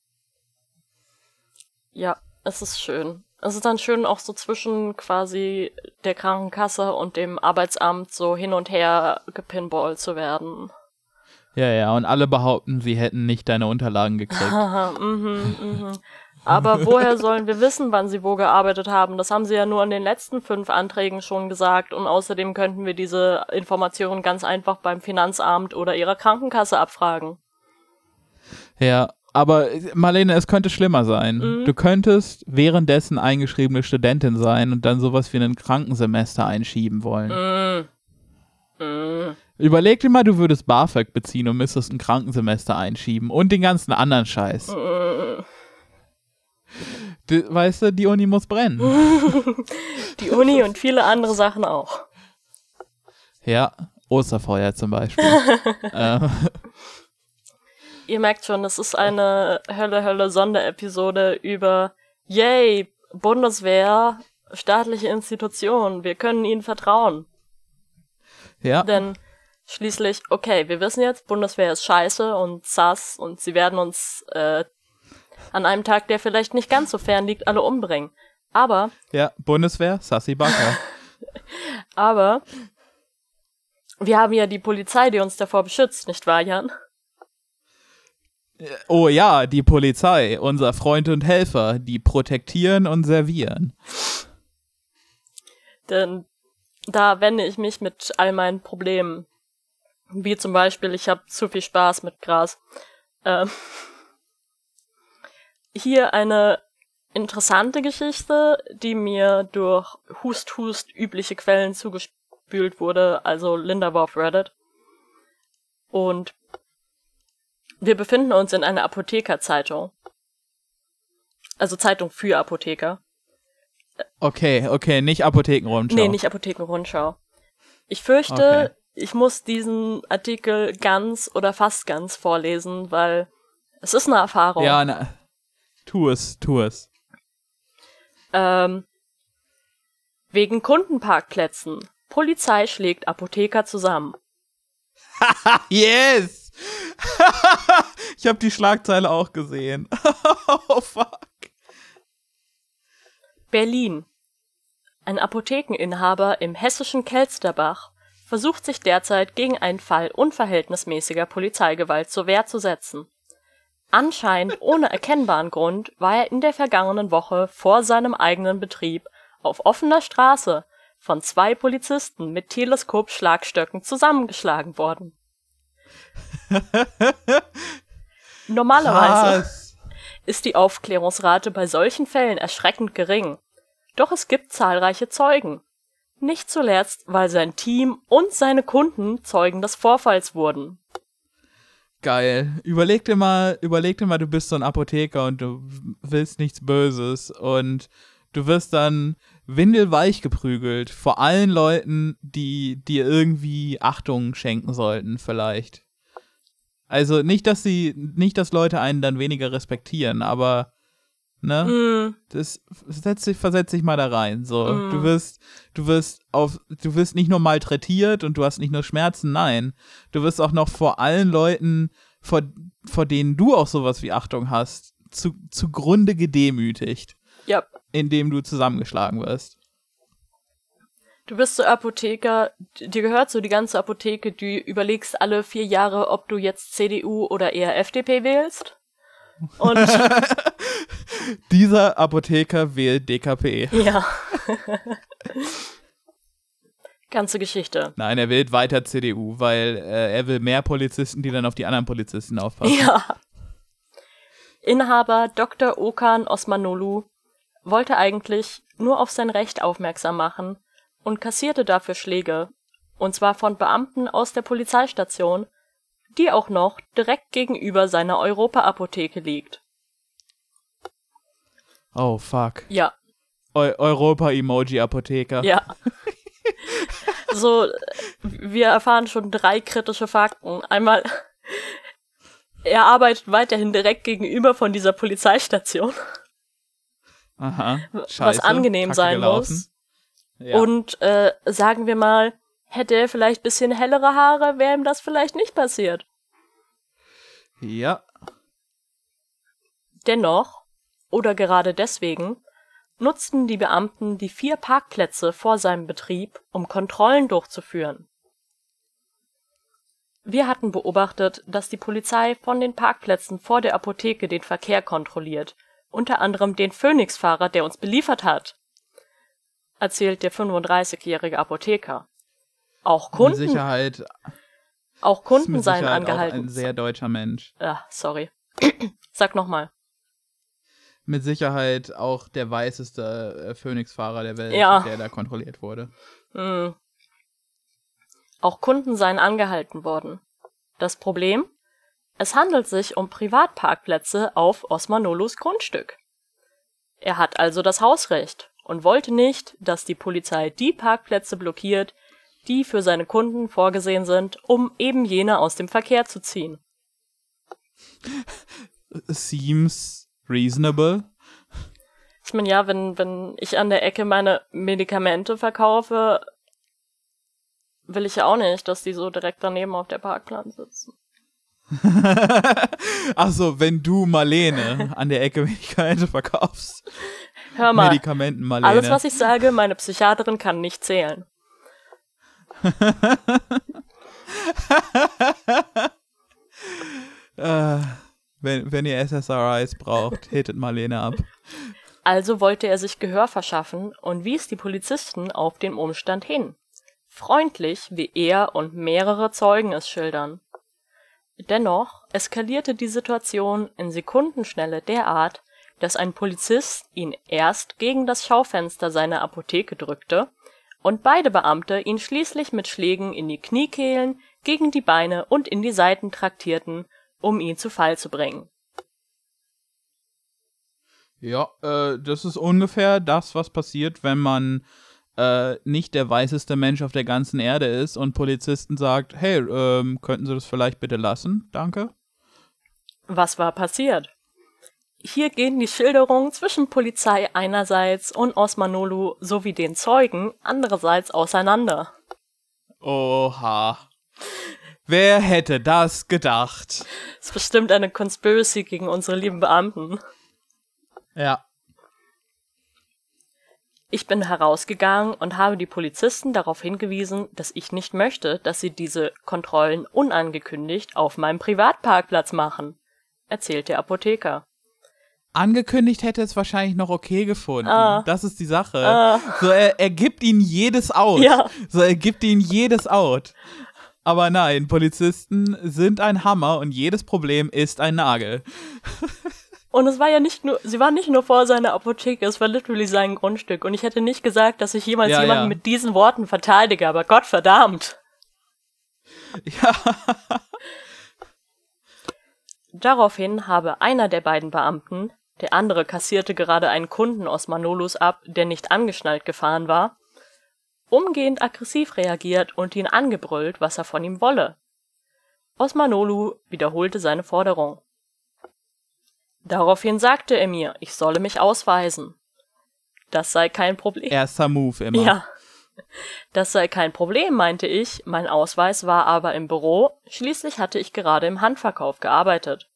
ja, es ist schön. Es ist dann schön, auch so zwischen quasi der Krankenkasse und dem Arbeitsamt so hin und her gepinballt zu werden. Ja, ja, und alle behaupten, sie hätten nicht deine Unterlagen gekriegt. Haha, mhm, mhm. Aber woher sollen wir wissen, wann sie wo gearbeitet haben? Das haben sie ja nur in den letzten fünf Anträgen schon gesagt. Und außerdem könnten wir diese Informationen ganz einfach beim Finanzamt oder ihrer Krankenkasse abfragen. Ja, aber Marlene, es könnte schlimmer sein. Mhm. Du könntest währenddessen eingeschriebene Studentin sein und dann sowas wie ein Krankensemester einschieben wollen. Mm. Mm. Überleg dir mal, du würdest BAföG beziehen und müsstest ein Krankensemester einschieben und den ganzen anderen Scheiß. Mm. Du, weißt du, die Uni muss brennen. Die Uni und viele andere Sachen auch. Ja, Osterfeuer zum Beispiel. ähm, Ihr merkt schon, es ist eine Hölle-Hölle-Sonderepisode über Yay, Bundeswehr, staatliche Institution, wir können ihnen vertrauen. Ja. Denn schließlich, okay, wir wissen jetzt, Bundeswehr ist scheiße und sass und sie werden uns äh, an einem Tag, der vielleicht nicht ganz so fern liegt, alle umbringen. Aber... Ja, Bundeswehr, Sassi Backer. aber wir haben ja die Polizei, die uns davor beschützt, nicht wahr, Jan? Oh ja, die Polizei, unser Freund und Helfer, die protektieren und servieren. Denn da wende ich mich mit all meinen Problemen, wie zum Beispiel, ich habe zu viel Spaß mit Gras. Ähm, hier eine interessante Geschichte, die mir durch Hust-Hust übliche Quellen zugespült wurde, also Linda war auf Reddit. Und wir befinden uns in einer Apothekerzeitung. Also Zeitung für Apotheker. Okay, okay, nicht Apothekenrundschau. Nee, nicht Apothekenrundschau. Ich fürchte, okay. Ich muss diesen Artikel ganz oder fast ganz vorlesen, weil es ist eine Erfahrung. Ja, na, tu es, tu es. Ähm, wegen Kundenparkplätzen. Polizei schlägt Apotheker zusammen. Yes! Ich habe die Schlagzeile auch gesehen. Oh, fuck. Berlin. Ein Apothekeninhaber im hessischen Kelsterbach versucht sich derzeit gegen einen Fall unverhältnismäßiger Polizeigewalt zur Wehr zu setzen. Anscheinend ohne erkennbaren Grund war er in der vergangenen Woche vor seinem eigenen Betrieb auf offener Straße von zwei Polizisten mit Teleskopschlagstöcken zusammengeschlagen worden. Normalerweise Krass. Ist die Aufklärungsrate bei solchen Fällen erschreckend gering. Doch es gibt zahlreiche Zeugen. Nicht zuletzt, weil sein Team und seine Kunden Zeugen des Vorfalls wurden. Geil. Überleg dir mal, überleg dir mal, du bist so ein Apotheker und du willst nichts Böses und du wirst dann windelweich geprügelt vor allen Leuten, die dir irgendwie Achtung schenken sollten, vielleicht. Also nicht, dass sie, nicht, dass Leute einen dann weniger respektieren, aber ne, mm. das setz dich, versetz dich mal da rein. So, mm. du wirst, du wirst auf, du wirst nicht nur malträtiert und du hast nicht nur Schmerzen, nein, du wirst auch noch vor allen Leuten, vor, vor denen du auch sowas wie Achtung hast, zu, zugrunde gedemütigt. Ja. Indem du zusammengeschlagen wirst. Du bist so Apotheker, dir gehört so die ganze Apotheke, du überlegst alle vier Jahre, ob du jetzt C D U oder eher F D P wählst. Und dieser Apotheker wählt D K P. Ja. Ganze Geschichte. Nein, er wählt weiter C D U, weil äh, er will mehr Polizisten, die dann auf die anderen Polizisten aufpassen. Ja. Inhaber Doktor Okan Osmanoglu wollte eigentlich nur auf sein Recht aufmerksam machen und kassierte dafür Schläge, und zwar von Beamten aus der Polizeistation, die auch noch direkt gegenüber seiner Europa-Apotheke liegt. Oh, fuck. Ja. Eu- Europa-Emoji-Apotheker. Ja. So, wir erfahren schon drei kritische Fakten. Einmal, er arbeitet weiterhin direkt gegenüber von dieser Polizeistation. Aha, scheiße. Was angenehm Kacke sein gelaufen. Muss. Ja. Und äh, sagen wir mal, hätte er vielleicht ein bisschen hellere Haare, wäre ihm das vielleicht nicht passiert. Ja. Dennoch, oder gerade deswegen, nutzten die Beamten die vier Parkplätze vor seinem Betrieb, um Kontrollen durchzuführen. Wir hatten beobachtet, dass die Polizei von den Parkplätzen vor der Apotheke den Verkehr kontrolliert, unter anderem den Phoenix-Fahrer, der uns beliefert hat, erzählt der fünfunddreißigjährige Apotheker. Auch Kunden, mit Sicherheit, auch Kunden mit seien Sicherheit angehalten. Auch ein sehr deutscher Mensch. Ah, sorry. Sag nochmal. Mit Sicherheit auch der weißeste Phoenix-Fahrer der Welt, ja. der da kontrolliert wurde. Hm. Auch Kunden seien angehalten worden. Das Problem? Es handelt sich um Privatparkplätze auf Osmanoglus Grundstück. Er hat also das Hausrecht und wollte nicht, dass die Polizei die Parkplätze blockiert, die für seine Kunden vorgesehen sind, um eben jene aus dem Verkehr zu ziehen. Seems reasonable. Ich meine, ja, wenn, wenn ich an der Ecke meine Medikamente verkaufe, will ich ja auch nicht, dass die so direkt daneben auf der Parkplatz sitzen. Achso, wenn du Marlene an der Ecke Medikamente verkaufst. Hör mal, Medikamenten Marlene. Alles, was ich sage, meine Psychiaterin kann nicht zählen. äh, wenn, wenn ihr S S R Is braucht, hittet Marlene ab. Also wollte er sich Gehör verschaffen und wies die Polizisten auf den Umstand hin. Freundlich, wie er und mehrere Zeugen es schildern. Dennoch eskalierte die Situation in Sekundenschnelle derart, dass ein Polizist ihn erst gegen das Schaufenster seiner Apotheke drückte und beide Beamte ihn schließlich mit Schlägen in die Kniekehlen, gegen die Beine und in die Seiten traktierten, um ihn zu Fall zu bringen. Ja, äh, das ist ungefähr das, was passiert, wenn man äh, nicht der weißeste Mensch auf der ganzen Erde ist und Polizisten sagt, hey, ähm, könnten Sie das vielleicht bitte lassen? Danke. Was war passiert? Hier gehen die Schilderungen zwischen Polizei einerseits und Osmanolu sowie den Zeugen andererseits auseinander. Oha. Wer hätte das gedacht? Das ist bestimmt eine Conspiracy gegen unsere lieben Beamten. Ja. Ich bin herausgegangen und habe die Polizisten darauf hingewiesen, dass ich nicht möchte, dass sie diese Kontrollen unangekündigt auf meinem Privatparkplatz machen, erzählt der Apotheker. Angekündigt hätte es wahrscheinlich noch okay gefunden. Ah. Das ist die Sache. Ah. So, er, er gibt ihnen jedes Out. Ja. So, er gibt ihnen jedes Out. Aber nein, Polizisten sind ein Hammer und jedes Problem ist ein Nagel. Und es war ja nicht nur, sie war nicht nur vor seiner Apotheke, es war literally sein Grundstück. Und ich hätte nicht gesagt, dass ich jemals ja, jemanden ja. mit diesen Worten verteidige, aber Gottverdammt. Ja. Daraufhin habe einer der beiden Beamten, der andere kassierte gerade einen Kunden Osmanolus ab, der nicht angeschnallt gefahren war, umgehend aggressiv reagiert und ihn angebrüllt, was er von ihm wolle. Osmanolu wiederholte seine Forderung. Daraufhin sagte er mir, ich solle mich ausweisen. Das sei kein Problem. Erster Move immer. Ja. Das sei kein Problem, meinte ich, mein Ausweis war aber im Büro, schließlich hatte ich gerade im Handverkauf gearbeitet.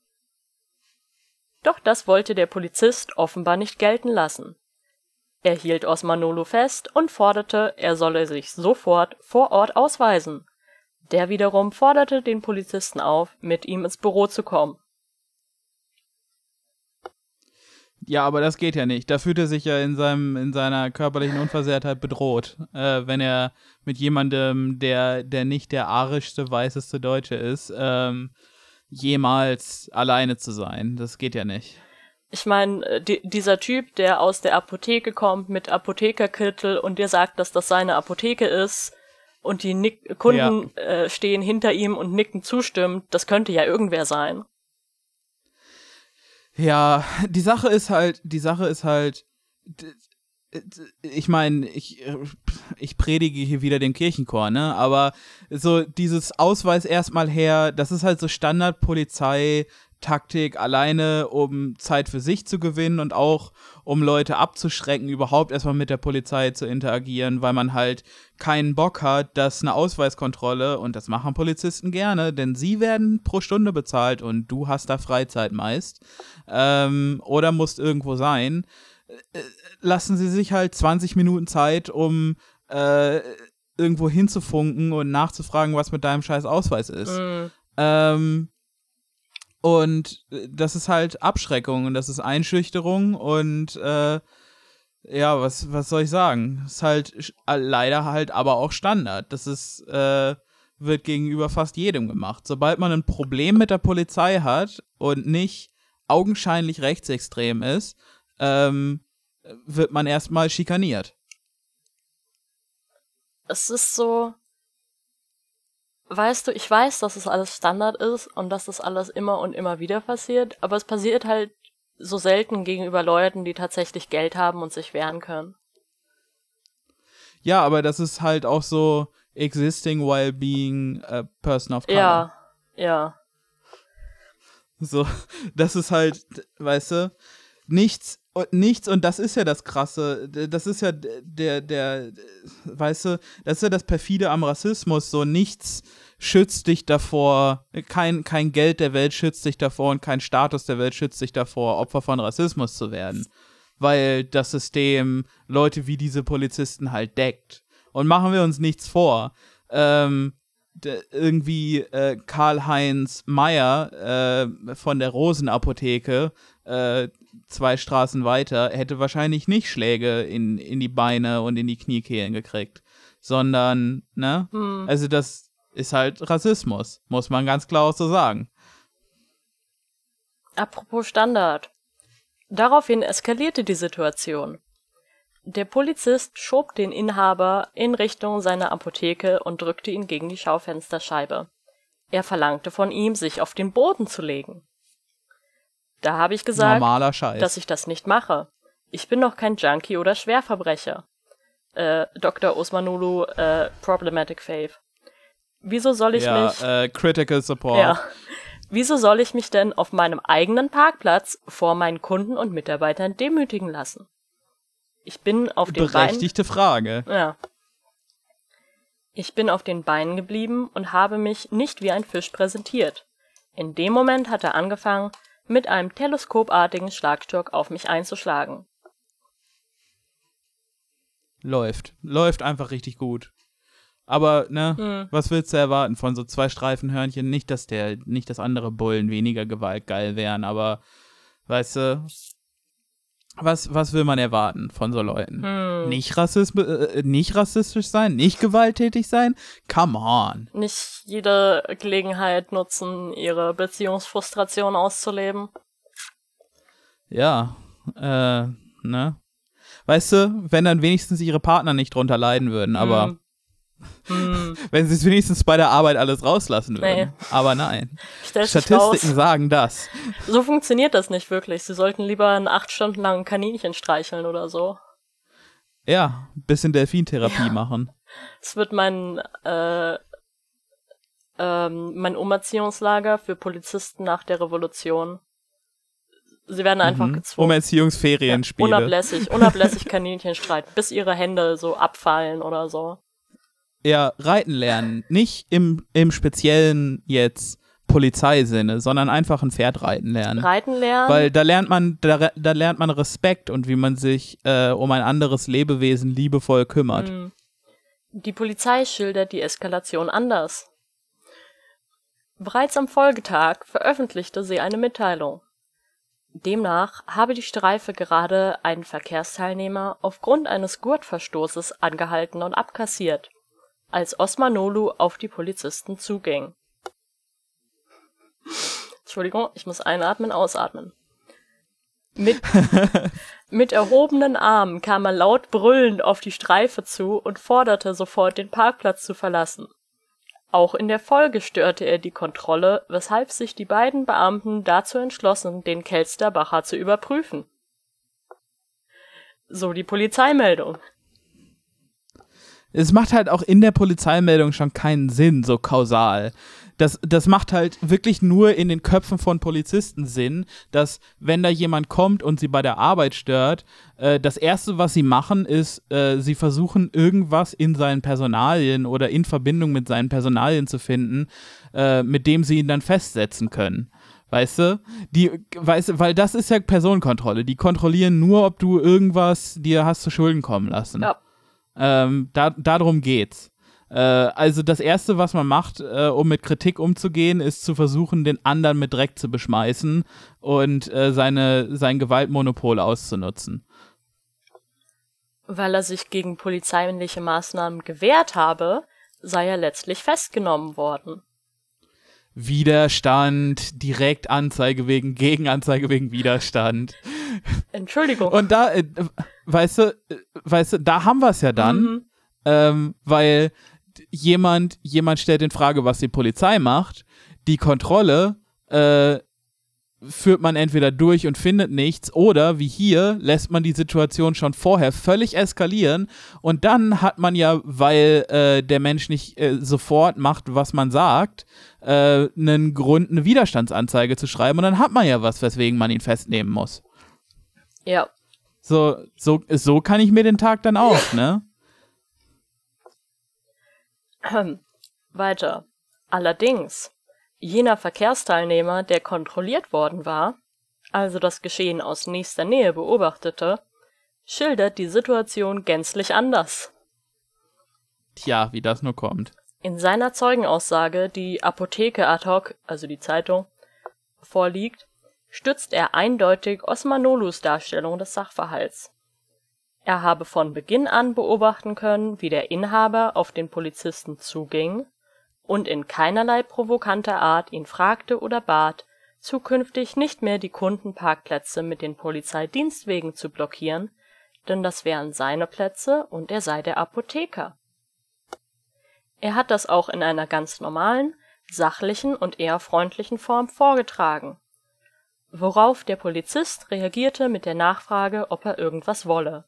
Doch das wollte der Polizist offenbar nicht gelten lassen. Er hielt Osmanolu fest und forderte, er solle sich sofort vor Ort ausweisen. Der wiederum forderte den Polizisten auf, mit ihm ins Büro zu kommen. Ja, aber das geht ja nicht. Da fühlt er sich ja in seinem in seiner körperlichen Unversehrtheit bedroht, äh, wenn er mit jemandem, der der nicht der arischste, weißeste Deutsche ist, ähm, jemals alleine zu sein. Das geht ja nicht. Ich meine, die, dieser Typ, der aus der Apotheke kommt mit Apothekerkittel und dir sagt, dass das seine Apotheke ist und die Nick- Kunden ja. äh, stehen hinter ihm und nicken zustimmt, das könnte ja irgendwer sein. Ja, die Sache ist halt, die Sache ist halt, ich meine, ich, ich predige hier wieder den Kirchenchor, ne, aber so dieses Ausweis erstmal her, das ist halt so Standard-Polizei-Taktik, alleine um Zeit für sich zu gewinnen und auch um Leute abzuschrecken, überhaupt erstmal mit der Polizei zu interagieren, weil man halt keinen Bock hat, dass eine Ausweiskontrolle, und das machen Polizisten gerne, denn sie werden pro Stunde bezahlt und du hast da Freizeit meist, ähm, oder musst irgendwo sein, lassen sie sich halt zwanzig Minuten Zeit, um äh, irgendwo hinzufunken und nachzufragen, was mit deinem scheiß Ausweis ist. Mm. Ähm, und das ist halt Abschreckung und das ist Einschüchterung und äh, ja, was, was soll ich sagen? Das ist halt leider halt aber auch Standard. Das ist, äh, wird gegenüber fast jedem gemacht. Sobald man ein Problem mit der Polizei hat und nicht augenscheinlich rechtsextrem ist, ähm, wird man erstmal schikaniert. Es ist so, weißt du, ich weiß, dass es alles Standard ist und dass das alles immer und immer wieder passiert, aber es passiert halt so selten gegenüber Leuten, die tatsächlich Geld haben und sich wehren können. Ja, aber das ist halt auch so existing while being a person of color. Ja, ja. So, das ist halt, weißt du, nichts, Und nichts, und das ist ja das Krasse, das ist ja der, der, weißt du, das ist ja das Perfide am Rassismus, so nichts schützt dich davor, kein, kein Geld der Welt schützt dich davor und kein Status der Welt schützt dich davor, Opfer von Rassismus zu werden. Weil das System Leute wie diese Polizisten halt deckt. Und machen wir uns nichts vor, ähm, d- irgendwie äh, Karl-Heinz Meyer äh, von der Rosenapotheke, äh, zwei Straßen weiter, hätte wahrscheinlich nicht Schläge in, in die Beine und in die Kniekehlen gekriegt, sondern, ne, Hm. also das ist halt Rassismus, muss man ganz klar auch so sagen. Apropos Standard. Daraufhin eskalierte die Situation. Der Polizist schob den Inhaber in Richtung seiner Apotheke und drückte ihn gegen die Schaufensterscheibe. Er verlangte von ihm, sich auf den Boden zu legen. Da habe ich gesagt, Normaler Scheiß. dass ich das nicht mache. Ich bin doch kein Junkie oder Schwerverbrecher. Äh, Doktor Osmanulu, äh, Problematic Fave. Wieso soll ich ja, mich... äh, Critical Support. Ja. Wieso soll ich mich denn auf meinem eigenen Parkplatz vor meinen Kunden und Mitarbeitern demütigen lassen? Ich bin auf den Beinen... Berechtigte Frage. Ja. Ich bin auf den Beinen geblieben und habe mich nicht wie ein Fisch präsentiert. In dem Moment hat er angefangen, mit einem teleskopartigen Schlagstock auf mich einzuschlagen. Läuft. Läuft einfach richtig gut. Aber, ne, Hm. was willst du erwarten von so zwei Streifenhörnchen? Nicht, dass der, nicht, dass andere Bullen weniger gewaltgeil wären, aber, weißt du, was, was will man erwarten von so Leuten? Hm. Nicht, Rassism äh, nicht rassistisch sein? Nicht gewalttätig sein? Come on. Nicht jede Gelegenheit nutzen, ihre Beziehungsfrustration auszuleben. Ja, äh, ne? Weißt du, wenn dann wenigstens ihre Partner nicht drunter leiden würden, aber Hm. Hm. wenn sie es wenigstens bei der Arbeit alles rauslassen würden. Nee. Aber nein. Stellt sich Statistiken raus, sagen das. so funktioniert das nicht wirklich. Sie sollten lieber einen acht Stunden langen Kaninchen streicheln oder so. Ja, ein bisschen Delfintherapie Ja. machen. Es wird mein, äh, ähm, mein Umerziehungslager für Polizisten nach der Revolution. Sie werden einfach Mhm. gezwungen. Umerziehungsferienspiele. Unablässig, unablässig Kaninchen streiten, bis ihre Hände so abfallen oder so. Ja, reiten lernen. Nicht im, im speziellen jetzt Polizeisinne, sondern einfach ein Pferd reiten lernen. Reiten lernen. Weil da lernt man, da, da lernt man Respekt und wie man sich äh, um ein anderes Lebewesen liebevoll kümmert. Mhm. Die Polizei schildert die Eskalation anders. Bereits am Folgetag veröffentlichte sie eine Mitteilung. Demnach habe die Streife gerade einen Verkehrsteilnehmer aufgrund eines Gurtverstoßes angehalten und abkassiert, als Osmanolu auf die Polizisten zuging. Entschuldigung, ich muss einatmen, ausatmen. Mit, mit erhobenen Armen kam er laut brüllend auf die Streife zu und forderte sofort, den Parkplatz zu verlassen. Auch in der Folge störte er die Kontrolle, weshalb sich die beiden Beamten dazu entschlossen, den Kelsterbacher zu überprüfen. So die Polizeimeldung. Es macht halt auch in der Polizeimeldung schon keinen Sinn, so kausal. Das, das macht halt wirklich nur in den Köpfen von Polizisten Sinn, dass wenn da jemand kommt und sie bei der Arbeit stört, äh, das Erste, was sie machen, ist, äh, sie versuchen irgendwas in seinen Personalien oder in Verbindung mit seinen Personalien zu finden, äh, mit dem sie ihn dann festsetzen können. Weißt du? Die, weißt du, weil das ist ja Personenkontrolle. Die kontrollieren nur, ob du irgendwas dir hast zu Schulden kommen lassen. Ja. Ähm, da, darum geht's. Äh, also das Erste, was man macht, äh, um mit Kritik umzugehen, ist zu versuchen, den anderen mit Dreck zu beschmeißen und äh, seine, sein Gewaltmonopol auszunutzen. Weil er sich gegen polizeiliche Maßnahmen gewehrt habe, sei er letztlich festgenommen worden. Widerstand, direkt Anzeige wegen, Gegenanzeige wegen Widerstand. Entschuldigung. Und da, äh, weißt du, äh, weißt du, da haben wir es ja dann, Mhm. ähm, weil jemand, jemand stellt in Frage, was die Polizei macht. Die Kontrolle äh, führt man entweder durch und findet nichts oder, wie hier, lässt man die Situation schon vorher völlig eskalieren und dann hat man ja, weil äh, der Mensch nicht äh, sofort macht, was man sagt, äh, einen Grund, eine Widerstandsanzeige zu schreiben und dann hat man ja was, weswegen man ihn festnehmen muss. Ja, So, so, so kann ich mir den Tag dann auch, ne? Weiter. Allerdings, jener Verkehrsteilnehmer, der kontrolliert worden war, also das Geschehen aus nächster Nähe beobachtete, schildert die Situation gänzlich anders. Tja, wie das nur kommt. In seiner Zeugenaussage, die Apotheke ad hoc, also die Zeitung, vorliegt, stützt er eindeutig Osmanolus Darstellung des Sachverhalts. Er habe von Beginn an beobachten können, wie der Inhaber auf den Polizisten zuging und in keinerlei provokanter Art ihn fragte oder bat, zukünftig nicht mehr die Kundenparkplätze mit den Polizeidienstwegen zu blockieren, denn das wären seine Plätze und er sei der Apotheker. Er hat das auch in einer ganz normalen, sachlichen und eher freundlichen Form vorgetragen, worauf der Polizist reagierte mit der Nachfrage, ob er irgendwas wolle.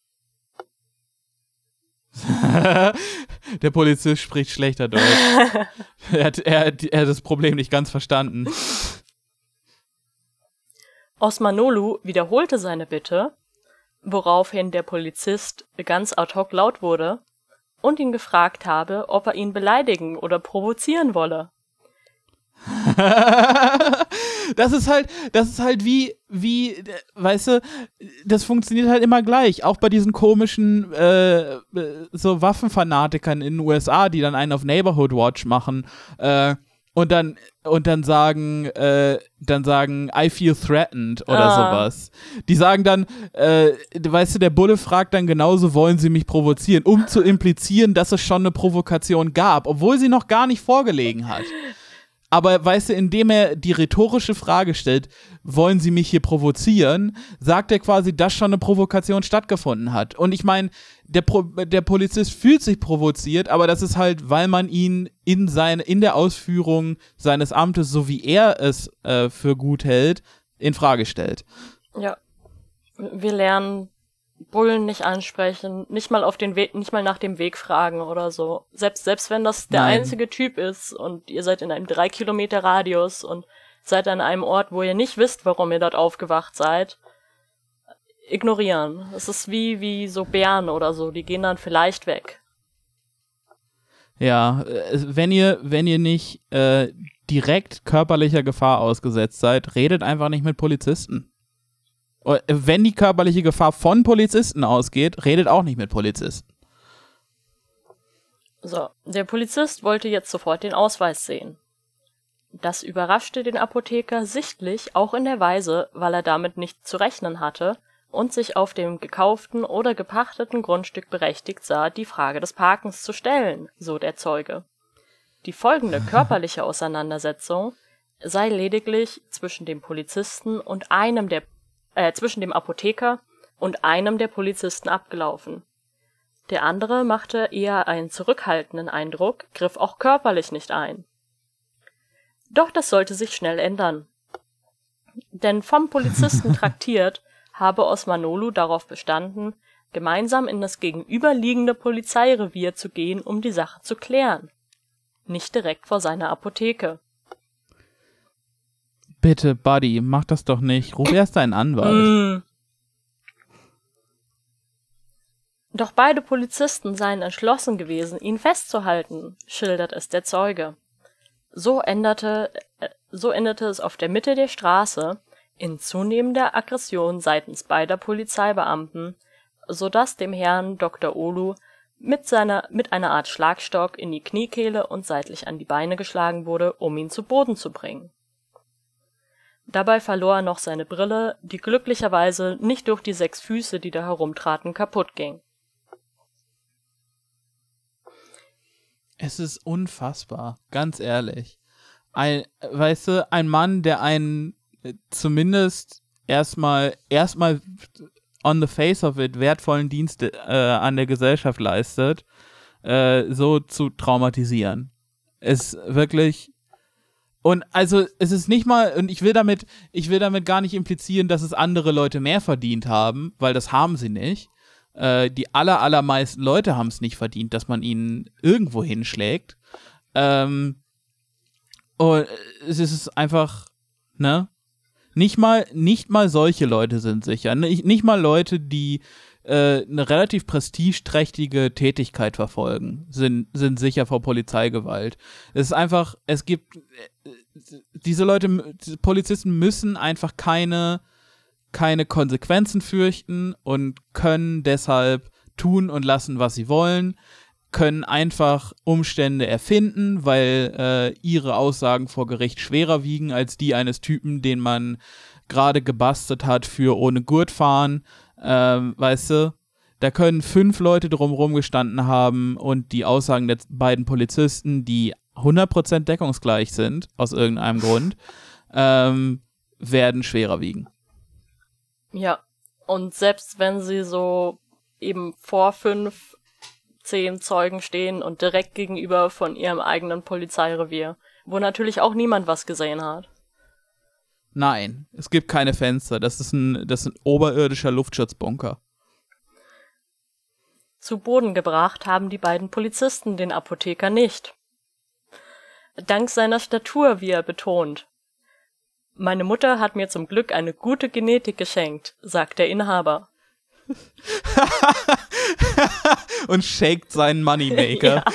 Der Polizist spricht schlechter Deutsch. er, hat, er, hat, er hat das Problem nicht ganz verstanden. Osmanolu wiederholte seine Bitte, woraufhin der Polizist ganz ad hoc laut wurde und ihn gefragt habe, ob er ihn beleidigen oder provozieren wolle. Das ist halt, das ist halt wie, wie, weißt du, das funktioniert halt immer gleich. Auch bei diesen komischen äh, so Waffenfanatikern in den U S A, die dann einen auf Neighborhood Watch machen äh, und dann und dann sagen, äh, dann sagen, I feel threatened oder ah. sowas. Die sagen dann, äh, weißt du, der Bulle fragt dann genauso, wollen sie mich provozieren, um zu implizieren, dass es schon eine Provokation gab, obwohl sie noch gar nicht vorgelegen hat. Aber weißt du, indem er die rhetorische Frage stellt, wollen sie mich hier provozieren, sagt er quasi, dass schon eine Provokation stattgefunden hat. Und ich meine, der, Pro- der Polizist fühlt sich provoziert, aber das ist halt, weil man ihn in, seine, in der Ausführung seines Amtes, so wie er es äh, für gut hält, in Frage stellt. Ja, wir lernen Bullen nicht ansprechen, nicht mal auf den Weg, nicht mal nach dem Weg fragen oder so. Selbst, selbst wenn das der Nein. einzige Typ ist und ihr seid in einem drei Kilometer Radius und seid an einem Ort, wo ihr nicht wisst, warum ihr dort aufgewacht seid, ignorieren. Es ist wie, wie so Bären oder so, die gehen dann vielleicht weg. Ja, wenn ihr, wenn ihr nicht äh, direkt körperlicher Gefahr ausgesetzt seid, redet einfach nicht mit Polizisten. Wenn die körperliche Gefahr von Polizisten ausgeht, redet auch nicht mit Polizisten. So, der Polizist wollte jetzt sofort den Ausweis sehen. Das überraschte den Apotheker sichtlich auch in der Weise, weil er damit nicht zu rechnen hatte und sich auf dem gekauften oder gepachteten Grundstück berechtigt sah, die Frage des Parkens zu stellen, so der Zeuge. Die folgende körperliche Auseinandersetzung sei lediglich zwischen dem Polizisten und einem der Äh, zwischen dem Apotheker und einem der Polizisten abgelaufen. Der andere machte eher einen zurückhaltenden Eindruck, griff auch körperlich nicht ein. Doch das sollte sich schnell ändern. Denn vom Polizisten traktiert, habe Osmanolu darauf bestanden, gemeinsam in das gegenüberliegende Polizeirevier zu gehen, um die Sache zu klären. Nicht direkt vor seiner Apotheke. Bitte, Buddy, mach das doch nicht. Ruf erst deinen Anwalt. Mm. Doch beide Polizisten seien entschlossen gewesen, ihn festzuhalten, schildert es der Zeuge. So änderte, äh, so endete es auf der Mitte der Straße in zunehmender Aggression seitens beider Polizeibeamten, sodass dem Herrn Doktor Olu mit, seiner, mit einer Art Schlagstock in die Kniekehle und seitlich an die Beine geschlagen wurde, um ihn zu Boden zu bringen. Dabei verlor er noch seine Brille, die glücklicherweise nicht durch die sechs Füße, die da herumtraten, kaputt ging. Es ist unfassbar, ganz ehrlich. Ein, weißt du, ein Mann, der einen zumindest erstmal erstmal on the face of it wertvollen Dienst äh, an der Gesellschaft leistet, äh, so zu traumatisieren. Ist wirklich. Und also es ist nicht mal, und ich will damit, ich will damit gar nicht implizieren, dass es andere Leute mehr verdient haben, weil das haben sie nicht. Äh, die aller, allermeisten Leute haben es nicht verdient, dass man ihnen irgendwo hinschlägt. Ähm, und es ist einfach, ne? Nicht mal, nicht mal solche Leute sind sicher. Nicht, nicht mal Leute, die äh, eine relativ prestigeträchtige Tätigkeit verfolgen, sind, sind sicher vor Polizeigewalt. Es ist einfach, es gibt, äh, diese Leute, Polizisten müssen einfach keine, keine Konsequenzen fürchten und können deshalb tun und lassen, was sie wollen, können einfach Umstände erfinden, weil äh, ihre Aussagen vor Gericht schwerer wiegen als die eines Typen, den man gerade gebastelt hat für ohne Gurt fahren, ähm, weißt du? Da können fünf Leute drumherum gestanden haben und die Aussagen der beiden Polizisten, die hundert Prozent deckungsgleich sind, aus irgendeinem Grund, ähm, werden schwerer wiegen. Ja, und selbst wenn sie so eben vor fünf, zehn Zeugen stehen und direkt gegenüber von ihrem eigenen Polizeirevier, wo natürlich auch niemand was gesehen hat. Nein, es gibt keine Fenster. Das ist ein, das ist ein oberirdischer Luftschutzbunker. Zu Boden gebracht haben die beiden Polizisten den Apotheker nicht. Dank seiner Statur, wie er betont. Meine Mutter hat mir zum Glück eine gute Genetik geschenkt, sagt der Inhaber. Und shakt seinen Moneymaker. Ja.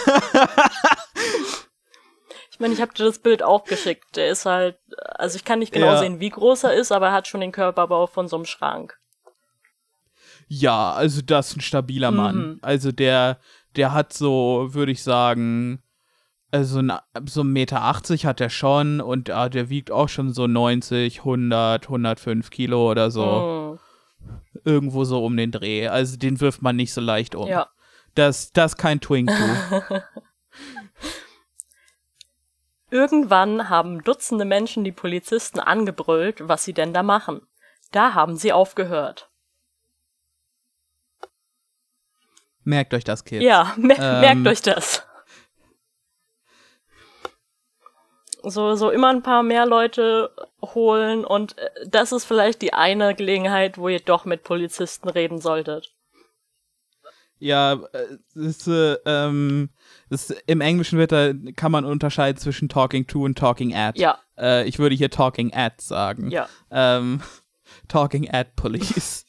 Ich meine, ich habe dir das Bild auch geschickt. Der ist halt, also ich kann nicht genau ja. sehen, wie groß er ist, aber er hat schon den Körperbau von so einem Schrank. Ja, also das ist ein stabiler Mann. Mhm. Also der, der hat so, würde ich sagen, also so einen Meter achtzig hat er schon und ah, der wiegt auch schon so neunzig, hundert, hundertfünf Kilo oder so. Mhm. Irgendwo so um den Dreh. Also den wirft man nicht so leicht um. Ja. Das, das ist kein Twink, du. Irgendwann haben Dutzende Menschen die Polizisten angebrüllt, was sie denn da machen. Da haben sie aufgehört. Merkt euch das, Kids. Ja, mer- ähm, merkt euch das. So, so immer ein paar mehr Leute holen und das ist vielleicht die eine Gelegenheit, wo ihr doch mit Polizisten reden solltet. Ja, das ist, äh, ähm, das ist, im Englischen wird da, kann man unterscheiden zwischen talking to und talking at. Ja. Äh, ich würde hier talking at sagen. Ja. Ähm, talking at police.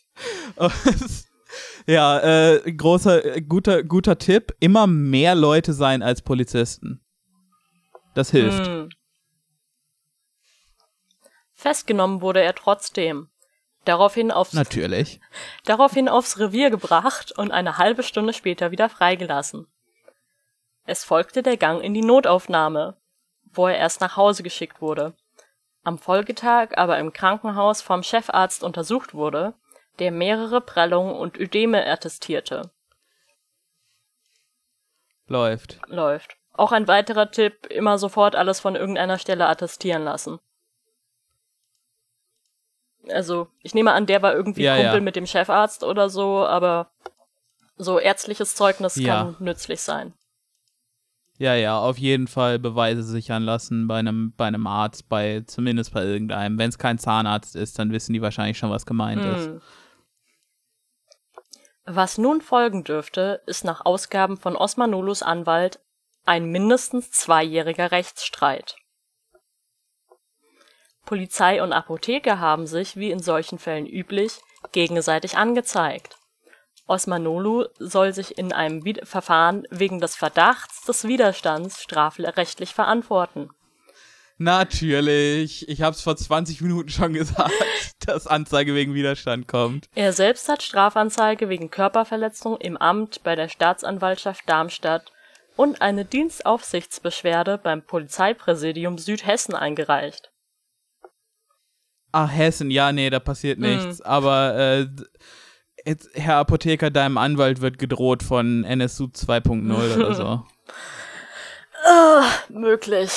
Ja, äh, großer, guter, guter Tipp. Immer mehr Leute sein als Polizisten. Das hilft. Hm. Festgenommen wurde er trotzdem. Daraufhin aufs, Natürlich. Daraufhin aufs Revier gebracht und eine halbe Stunde später wieder freigelassen. Es folgte der Gang in die Notaufnahme, wo er erst nach Hause geschickt wurde. Am Folgetag aber im Krankenhaus vom Chefarzt untersucht wurde, der mehrere Prellungen und Ödeme attestierte. Läuft. Läuft. Auch ein weiterer Tipp, immer sofort alles von irgendeiner Stelle attestieren lassen. Also, ich nehme an, der war irgendwie ja, Kumpel ja. mit dem Chefarzt oder so, aber so ärztliches Zeugnis ja. kann nützlich sein. Ja, ja, auf jeden Fall Beweise sichern lassen bei einem, bei einem Arzt, bei zumindest bei irgendeinem. Wenn es kein Zahnarzt ist, dann wissen die wahrscheinlich schon, was gemeint hm. ist. Was nun folgen dürfte, ist nach Ausgaben von Osmanulus Anwalt ein mindestens zweijähriger Rechtsstreit. Polizei und Apotheker haben sich, wie in solchen Fällen üblich, gegenseitig angezeigt. Osmanolu soll sich in einem Wied- Verfahren wegen des Verdachts des Widerstands strafrechtlich verantworten. Natürlich. Ich hab's vor zwanzig Minuten schon gesagt, dass Anzeige wegen Widerstand kommt. Er selbst hat Strafanzeige wegen Körperverletzung im Amt bei der Staatsanwaltschaft Darmstadt und eine Dienstaufsichtsbeschwerde beim Polizeipräsidium Südhessen eingereicht. Ach, Hessen, ja, nee, da passiert nichts. Hm. Aber äh, jetzt, Herr Apotheker, deinem Anwalt wird gedroht von N S U zwei Punkt null oder so. Ah, möglich.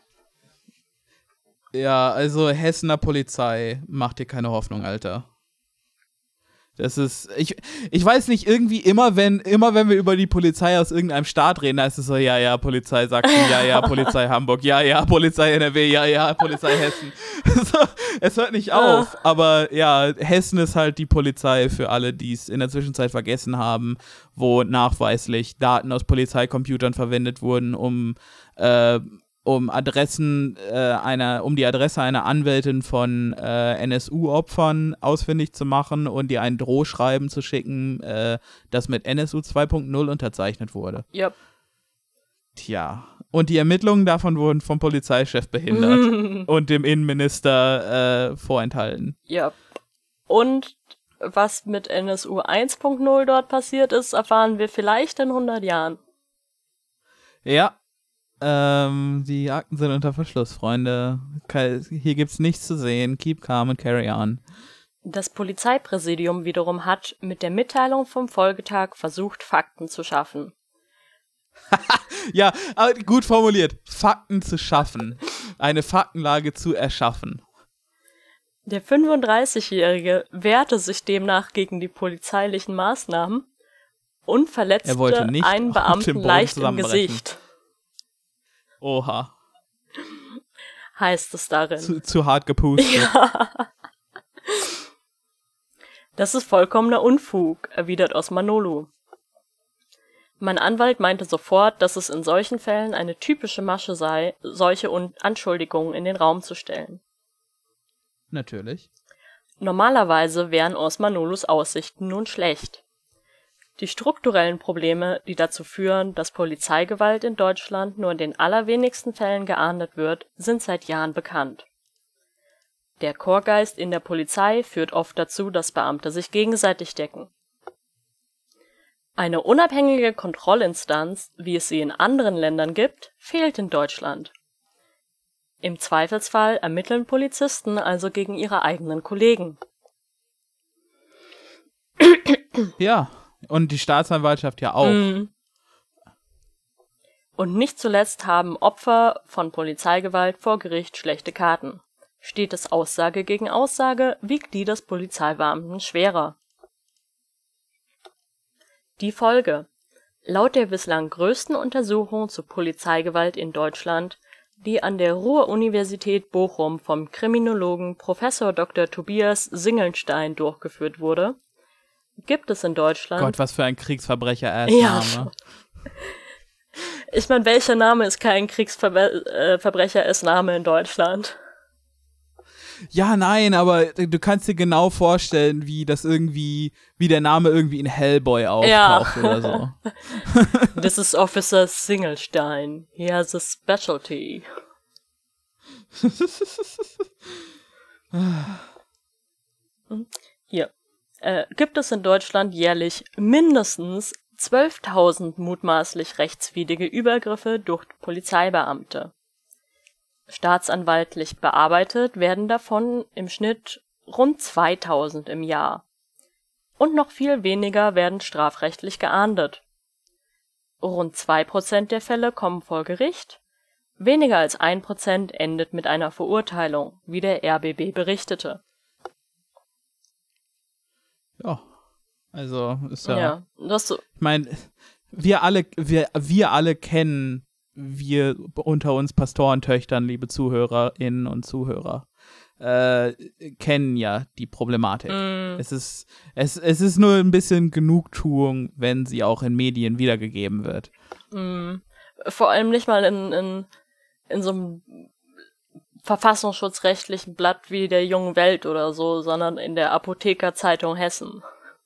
Ja, also Hessener Polizei, macht dir keine Hoffnung, Alter. Das ist, ich, ich weiß nicht, irgendwie immer wenn, immer wenn wir über die Polizei aus irgendeinem Staat reden, da ist es so, ja, ja, Polizei Sachsen, ja, ja, Polizei Hamburg, ja, ja, Polizei N R W, ja, ja, Polizei Hessen. So, es hört nicht auf, aber ja, Hessen ist halt die Polizei für alle, die es in der Zwischenzeit vergessen haben, wo nachweislich Daten aus Polizeicomputern verwendet wurden, um, äh, um Adressen äh, einer, um die Adresse einer Anwältin von äh, N S U-Opfern ausfindig zu machen und ihr ein Drohschreiben zu schicken, äh, das mit N S U zwei Punkt null unterzeichnet wurde. Yep. Tja. Und die Ermittlungen davon wurden vom Polizeichef behindert und dem Innenminister äh, vorenthalten. Ja. Und was mit N S U eins Punkt null dort passiert ist, erfahren wir vielleicht in hundert Jahren. Ja. Ähm, die Akten sind unter Verschluss, Freunde. Hier gibt's nichts zu sehen. Keep calm and carry on. Das Polizeipräsidium wiederum hat mit der Mitteilung vom Folgetag versucht, Fakten zu schaffen. Ja, aber gut formuliert. Fakten zu schaffen. Eine Faktenlage zu erschaffen. Der fünfunddreißigjährige wehrte sich demnach gegen die polizeilichen Maßnahmen und verletzte einen Beamten leicht im Gesicht. Oha. Heißt es darin. Zu, zu hart gepustet. Ja. Das ist vollkommener Unfug, erwidert Osmanolu. Mein Anwalt meinte sofort, dass es in solchen Fällen eine typische Masche sei, solche Anschuldigungen in den Raum zu stellen. Natürlich. Normalerweise wären Osmanolus Aussichten nun schlecht. Die strukturellen Probleme, die dazu führen, dass Polizeigewalt in Deutschland nur in den allerwenigsten Fällen geahndet wird, sind seit Jahren bekannt. Der Korpsgeist in der Polizei führt oft dazu, dass Beamte sich gegenseitig decken. Eine unabhängige Kontrollinstanz, wie es sie in anderen Ländern gibt, fehlt in Deutschland. Im Zweifelsfall ermitteln Polizisten also gegen ihre eigenen Kollegen. Ja, und die Staatsanwaltschaft ja auch. Mm. Und nicht zuletzt haben Opfer von Polizeigewalt vor Gericht schlechte Karten. Steht es Aussage gegen Aussage, wiegt die des Polizeibeamten schwerer. Die Folge: Laut der bislang größten Untersuchung zu Polizeigewalt in Deutschland, die an der Ruhr-Universität Bochum vom Kriminologen Professor Doktor Tobias Singelstein durchgeführt wurde, gibt es in Deutschland... Gott, was für ein Kriegsverbrecher er ist. Ja, Name. Ich meine, welcher Name ist kein Kriegsverbrecher, ist Name in Deutschland? Ja, nein, aber du kannst dir genau vorstellen, wie das irgendwie, wie der Name irgendwie in Hellboy auftaucht ja. oder so. This is Officer Singelstein. He has a specialty. Hier. Äh, gibt es in Deutschland jährlich mindestens zwölftausend mutmaßlich rechtswidrige Übergriffe durch Polizeibeamte. Staatsanwaltlich bearbeitet werden davon im Schnitt rund zweitausend im Jahr. Und noch viel weniger werden strafrechtlich geahndet. Rund zwei Prozent der Fälle kommen vor Gericht, weniger als ein Prozent endet mit einer Verurteilung, wie der R B B berichtete. Ja, also ist ja... ja das so. Ich meine, wir alle, wir, wir alle kennen... wir unter uns Pastorentöchtern, liebe ZuhörerInnen und Zuhörer, äh, kennen ja die Problematik. Mm. Es ist, es, es ist nur ein bisschen Genugtuung, wenn sie auch in Medien wiedergegeben wird. Mm. Vor allem nicht mal in, in, in so einem verfassungsschutzrechtlichen Blatt wie der Jungen Welt oder so, sondern in der Apothekerzeitung Hessen.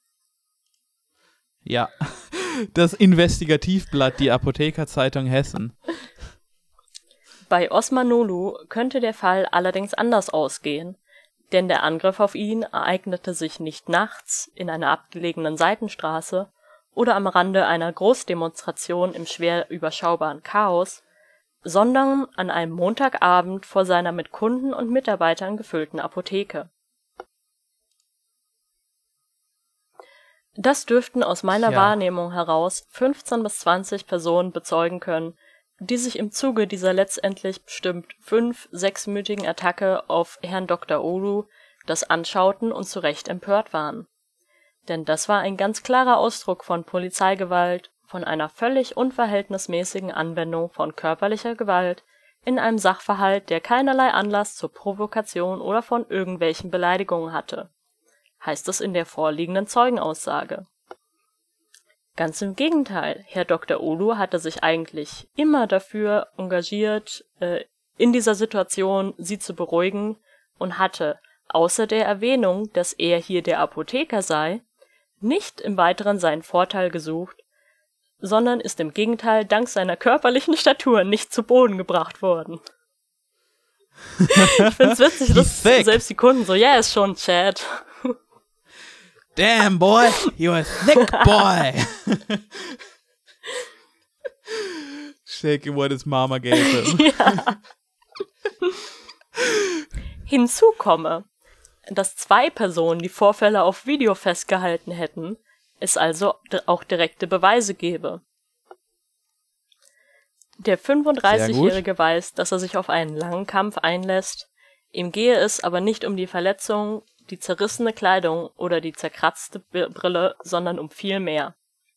Ja, das Investigativblatt, die Apothekerzeitung Hessen. Bei Osmanolu könnte der Fall allerdings anders ausgehen, denn der Angriff auf ihn ereignete sich nicht nachts in einer abgelegenen Seitenstraße oder am Rande einer Großdemonstration im schwer überschaubaren Chaos, sondern an einem Montagabend vor seiner mit Kunden und Mitarbeitern gefüllten Apotheke. Das dürften aus meiner ja. Wahrnehmung heraus fünfzehn bis zwanzig Personen bezeugen können, die sich im Zuge dieser letztendlich bestimmt fünf-, sechsminütigen Attacke auf Herrn Doktor Olu das anschauten und zu Recht empört waren. Denn das war ein ganz klarer Ausdruck von Polizeigewalt, von einer völlig unverhältnismäßigen Anwendung von körperlicher Gewalt in einem Sachverhalt, der keinerlei Anlass zur Provokation oder von irgendwelchen Beleidigungen hatte. Heißt es in der vorliegenden Zeugenaussage. Ganz im Gegenteil, Herr Doktor Olu hatte sich eigentlich immer dafür engagiert, äh, in dieser Situation sie zu beruhigen und hatte, außer der Erwähnung, dass er hier der Apotheker sei, nicht im Weiteren seinen Vorteil gesucht, sondern ist im Gegenteil dank seiner körperlichen Statur nicht zu Boden gebracht worden. Ich find's witzig, dass selbst die Kunden so, ja, yeah, ist schon Chad. Damn, boy, you're a thick boy. Shaking what his mama gave him. Ja. Hinzu komme, dass zwei Personen die Vorfälle auf Video festgehalten hätten, es also auch direkte Beweise gäbe. Der fünfunddreißigjährige weiß, dass er sich auf einen langen Kampf einlässt, ihm gehe es aber nicht um die Verletzung, die zerrissene Kleidung oder die zerkratzte Brille, sondern um viel mehr.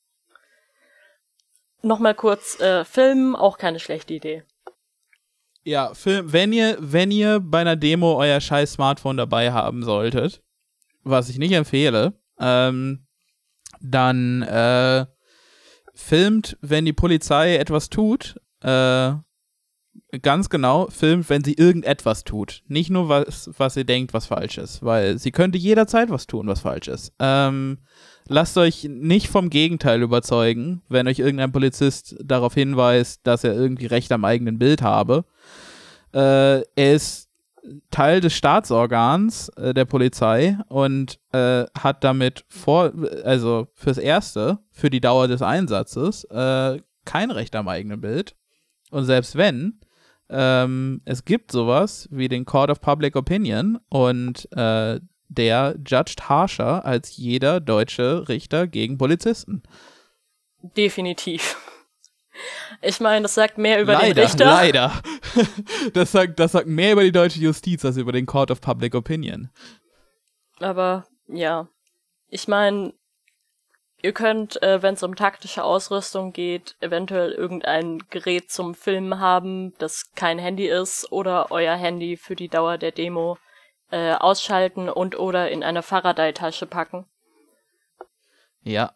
Nochmal kurz, äh, Filmen, auch keine schlechte Idee. Ja, Film, wenn ihr, wenn ihr bei einer Demo euer scheiß Smartphone dabei haben solltet, was ich nicht empfehle, ähm, dann äh, filmt, wenn die Polizei etwas tut, äh, ganz genau, filmt, wenn sie irgendetwas tut. Nicht nur was, was ihr denkt, was falsch ist, weil sie könnte jederzeit was tun, was falsch ist. Ähm, lasst euch nicht vom Gegenteil überzeugen, wenn euch irgendein Polizist darauf hinweist, dass er irgendwie Recht am eigenen Bild habe. Äh, er ist Teil des Staatsorgans äh, der Polizei und äh, hat damit vor, also fürs Erste, für die Dauer des Einsatzes, äh, kein Recht am eigenen Bild. Und selbst wenn, ähm, es gibt sowas wie den Court of Public Opinion und äh, der judged harscher als jeder deutsche Richter gegen Polizisten. Definitiv. Ich meine, das sagt mehr über leider, den Richter. Leider, das sagt, das sagt mehr über die deutsche Justiz als über den Court of Public Opinion. Aber, ja. Ich meine, ihr könnt, äh, wenn es um taktische Ausrüstung geht, eventuell irgendein Gerät zum Filmen haben, das kein Handy ist, oder euer Handy für die Dauer der Demo äh, ausschalten und oder in eine Faraday-Tasche packen. Ja.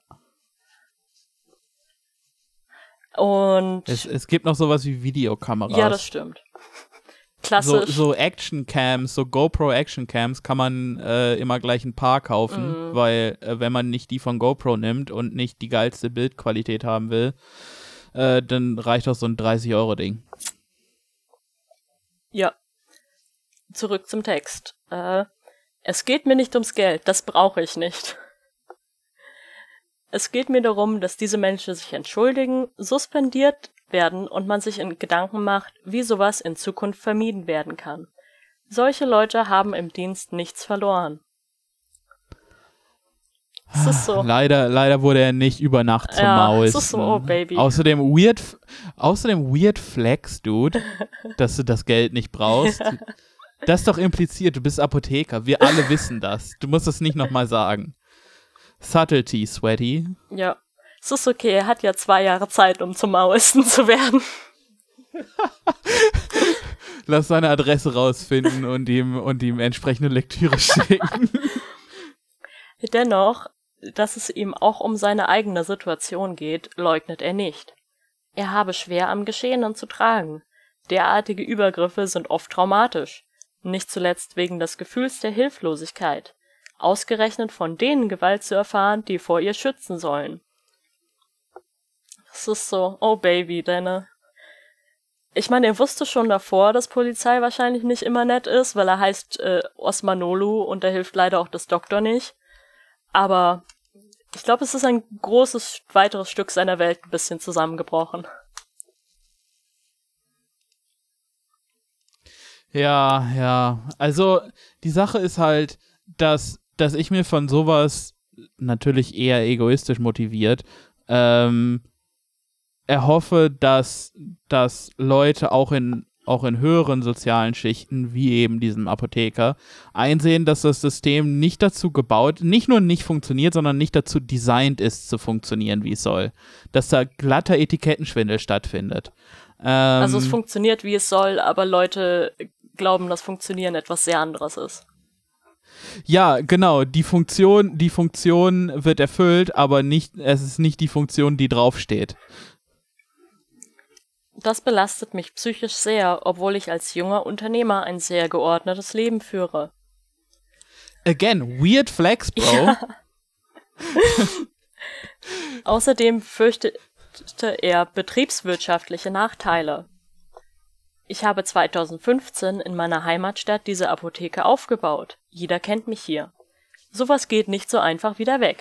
Und es, es gibt noch sowas wie Videokameras. Ja, das stimmt. Klassisch. So, so Action-Cams, so GoPro-Action-Cams kann man äh, immer gleich ein paar kaufen, mm. weil äh, wenn man nicht die von GoPro nimmt und nicht die geilste Bildqualität haben will, äh, dann reicht auch so ein dreißig-Euro-Ding. Ja. Zurück zum Text. Äh, es geht mir nicht ums Geld, das brauche ich nicht. Es geht mir darum, dass diese Menschen sich entschuldigen, suspendiert werden und man sich in Gedanken macht, wie sowas in Zukunft vermieden werden kann. Solche Leute haben im Dienst nichts verloren. Es ist so. Leider, leider wurde er nicht über Nacht zum ja, Maoisten. Es ist so, oh Baby. Außerdem weird, außerdem weird Flex, Dude, dass du das Geld nicht brauchst. Ja. Das ist doch impliziert, du bist Apotheker. Wir alle wissen das. Du musst es nicht nochmal sagen. Subtlety, Sweaty. Ja, es ist okay, er hat ja zwei Jahre Zeit, um zum Maoisten zu werden. Lass seine Adresse rausfinden und ihm, und ihm entsprechende Lektüre schicken. Dennoch, dass es ihm auch um seine eigene Situation geht, leugnet er nicht. Er habe schwer am Geschehenen zu tragen. Derartige Übergriffe sind oft traumatisch. Nicht zuletzt wegen des Gefühls der Hilflosigkeit. Ausgerechnet von denen Gewalt zu erfahren, die vor ihr schützen sollen. Es ist so, oh Baby, deine... Ich meine, er wusste schon davor, dass Polizei wahrscheinlich nicht immer nett ist, weil er heißt äh, Osmanolu und da hilft leider auch das Doktor nicht. Aber ich glaube, es ist ein großes, weiteres Stück seiner Welt ein bisschen zusammengebrochen. Ja, ja. Also, die Sache ist halt, dass dass ich mir von sowas natürlich eher egoistisch motiviert ähm, erhoffe, dass, dass Leute auch in, auch in höheren sozialen Schichten, wie eben diesem Apotheker, einsehen, dass das System nicht dazu gebaut, nicht nur nicht funktioniert, sondern nicht dazu designt ist, zu funktionieren, wie es soll. Dass da glatter Etikettenschwindel stattfindet. Ähm, also es funktioniert, wie es soll, aber Leute glauben, dass Funktionieren etwas sehr anderes ist. Ja, genau, die Funktion, die Funktion wird erfüllt, aber nicht, es ist nicht die Funktion, die draufsteht. Das belastet mich psychisch sehr, obwohl ich als junger Unternehmer ein sehr geordnetes Leben führe. Again, weird flex, Bro. Ja. Außerdem fürchtete er betriebswirtschaftliche Nachteile. Ich habe zweitausendfünfzehn in meiner Heimatstadt diese Apotheke aufgebaut. Jeder kennt mich hier. Sowas geht nicht so einfach wieder weg.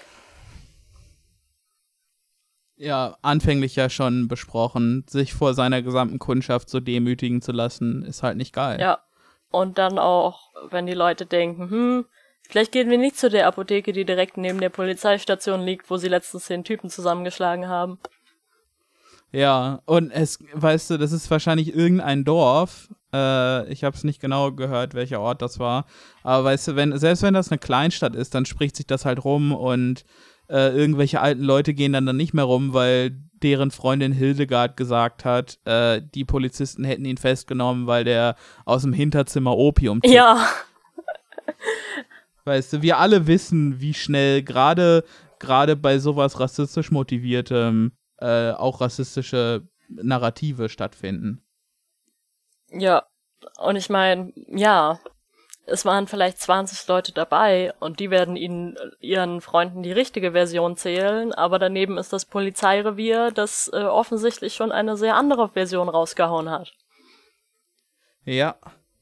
Ja, anfänglich ja schon besprochen, sich vor seiner gesamten Kundschaft so demütigen zu lassen, ist halt nicht geil. Ja, und dann auch, wenn die Leute denken, hm, vielleicht gehen wir nicht zu der Apotheke, die direkt neben der Polizeistation liegt, wo sie letztens den Typen zusammengeschlagen haben. Ja, und es, weißt du, das ist wahrscheinlich irgendein Dorf, äh, ich habe es nicht genau gehört, welcher Ort das war, aber weißt du, wenn, selbst wenn das eine Kleinstadt ist, dann spricht sich das halt rum und äh, irgendwelche alten Leute gehen dann, dann nicht mehr rum, weil deren Freundin Hildegard gesagt hat, äh, die Polizisten hätten ihn festgenommen, weil der aus dem Hinterzimmer Opium tickt. Ja. Weißt du, wir alle wissen, wie schnell gerade gerade bei sowas rassistisch motiviertem äh, auch rassistische Narrative stattfinden. Ja, und ich meine, ja, es waren vielleicht zwanzig Leute dabei und die werden ihnen, ihren Freunden die richtige Version zählen, aber daneben ist das Polizeirevier, das äh, offensichtlich schon eine sehr andere Version rausgehauen hat. Ja.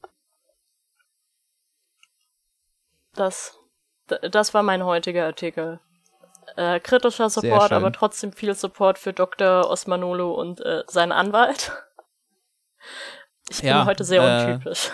Das, das war mein heutiger Artikel. Äh, kritischer Support, aber trotzdem viel Support für Doktor Osmanolo und äh, seinen Anwalt. Ich bin ja, heute sehr äh, untypisch.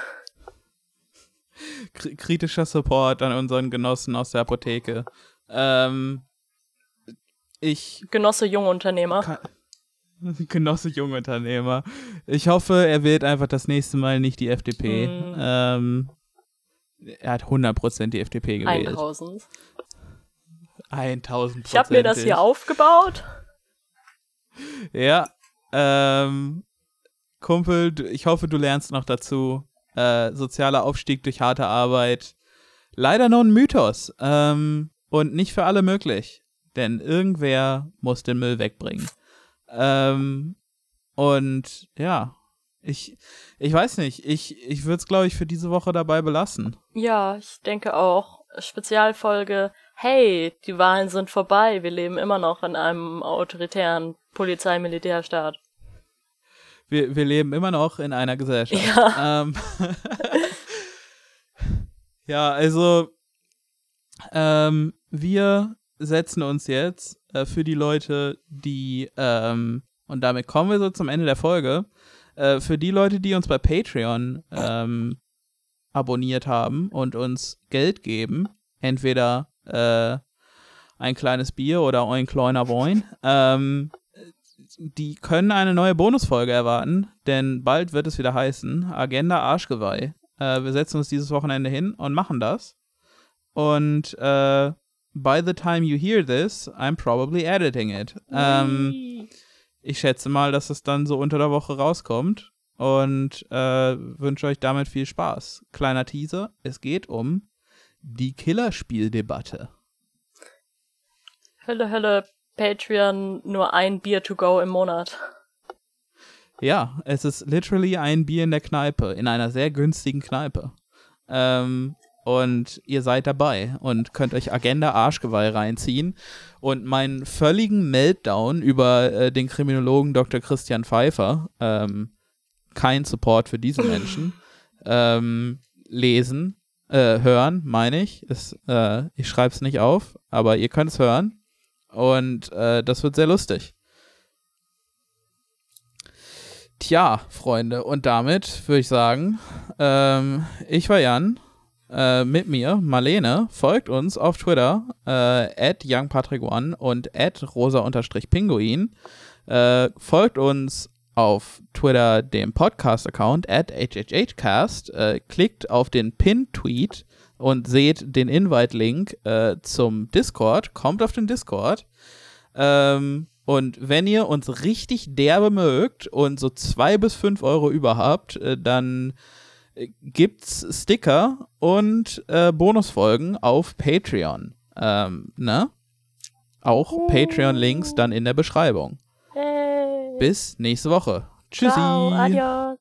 K- kritischer Support an unseren Genossen aus der Apotheke. Ähm, ich Genosse Jungunternehmer. Kann, Genosse Jungunternehmer. Ich hoffe, er wählt einfach das nächste Mal nicht die F D P. Mm. Ähm, er hat hundert Prozent die F D P gewählt. tausend. tausend Prozent. Ich habe mir das hier aufgebaut. Ja, ähm, Kumpel, ich hoffe, du lernst noch dazu. Äh, sozialer Aufstieg durch harte Arbeit. Leider nur ein Mythos. Ähm, und nicht für alle möglich. Denn irgendwer muss den Müll wegbringen. Ähm, und ja, ich, ich weiß nicht. Ich, ich würde es, glaube ich, für diese Woche dabei belassen. Ja, ich denke auch. Spezialfolge, hey, die Wahlen sind vorbei. Wir leben immer noch in einem autoritären Polizei-Militärstaat. Wir, wir leben immer noch in einer Gesellschaft. Ja, ähm, ja also ähm, wir setzen uns jetzt äh, für die Leute, die, ähm, und damit kommen wir so zum Ende der Folge, äh, für die Leute, die uns bei Patreon ähm, abonniert haben und uns Geld geben, entweder äh, ein kleines Bier oder ein kleiner Wein, ähm, die können eine neue Bonusfolge erwarten, denn bald wird es wieder heißen, Agenda Arschgeweih. Äh, wir setzen uns dieses Wochenende hin und machen das. Und äh, by the time you hear this, I'm probably editing it. Ähm, ich schätze mal, dass es dann so unter der Woche rauskommt und äh, wünsche euch damit viel Spaß. Kleiner Teaser, es geht um die Killerspieldebatte. Hölle, Hölle, Patreon, nur ein Bier to go im Monat. Ja, es ist literally ein Bier in der Kneipe, in einer sehr günstigen Kneipe. Ähm, und ihr seid dabei und könnt euch Agenda Arschgeweih reinziehen und meinen völligen Meltdown über äh, den Kriminologen Doktor Christian Pfeiffer, ähm, kein Support für diesen Menschen, ähm, lesen, äh, hören, meine ich. Ist, äh, ich schreibe es nicht auf, aber ihr könnt es hören. Und äh, das wird sehr lustig. Tja, Freunde, und damit würde ich sagen, ähm, ich war Jan, äh, mit mir Marlene, folgt uns auf Twitter, äh, at young patrick one und at rosa-pinguin, äh, folgt uns auf Twitter dem Podcast-Account at h h h cast, äh, klickt auf den Pin-Tweet und seht den Invite-Link äh, zum Discord, kommt auf den Discord. Ähm, und wenn ihr uns richtig derbe mögt und so zwei bis fünf Euro über habt, äh, dann gibt's Sticker und äh, Bonusfolgen auf Patreon. Ähm, ne? Auch oh. Patreon-Links dann in der Beschreibung. Hey. Bis nächste Woche. Tschüssi. Ciao, adios.